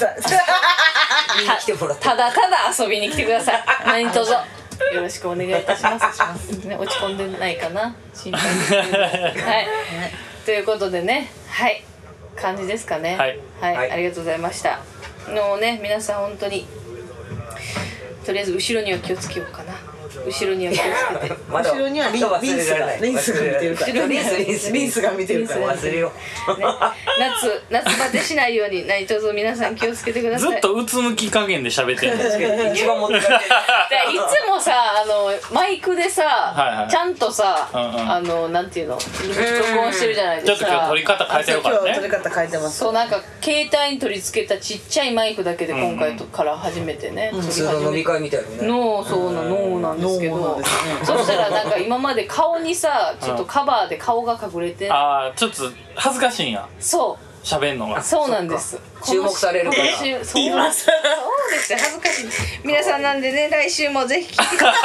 ただ遊びに来てください。何卒よろしくお願いいたします。ね、落ち込んでないかな、心配ですけど。はい。ということでね、はい、感じですかね。はい、ありがとうございました。ね、皆さん本当にとりあえず後ろには気をつけようかな。後ろには気をつけて。 後ろにはリンスが見てるから。リンスが見てるから忘れよう。 夏バテしないように何卒皆さん気をつけてください。 ずっとうつむき加減で喋ってるんですけど。 一番持って帰ってる。 いつもさ、マイクでさ、ちゃんとさ、なんていうの、録音してるじゃないですか。 ちょっと今日撮り方変えてるからね。 今日撮り方変えてます。 そう、なんか携帯に取り付けたちっちゃいマイクだけで今回から初めてね。 普通の飲み会みたいなね。 そうなのなんですけど、そしたらなんか今まで顔にさ、ちょっとカバーで顔が隠れて、 ああ、ちょっと恥ずかしいんや。 そう。 喋んのが。 そうなんです。 注目されるから。 そうですよ、恥ずかしい。皆さんなんでね、来週もぜひ聞いてくださ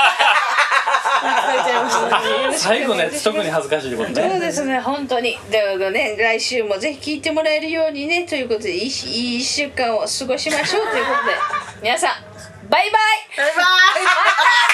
い。 最後のやつ特に恥ずかしいってことね。 そうですね、本当に。だからね、来週もぜひ聞いてもらえるようにね、ということでいい1週間を過ごしましょうということで、皆さんバイバイ。 バイバイ。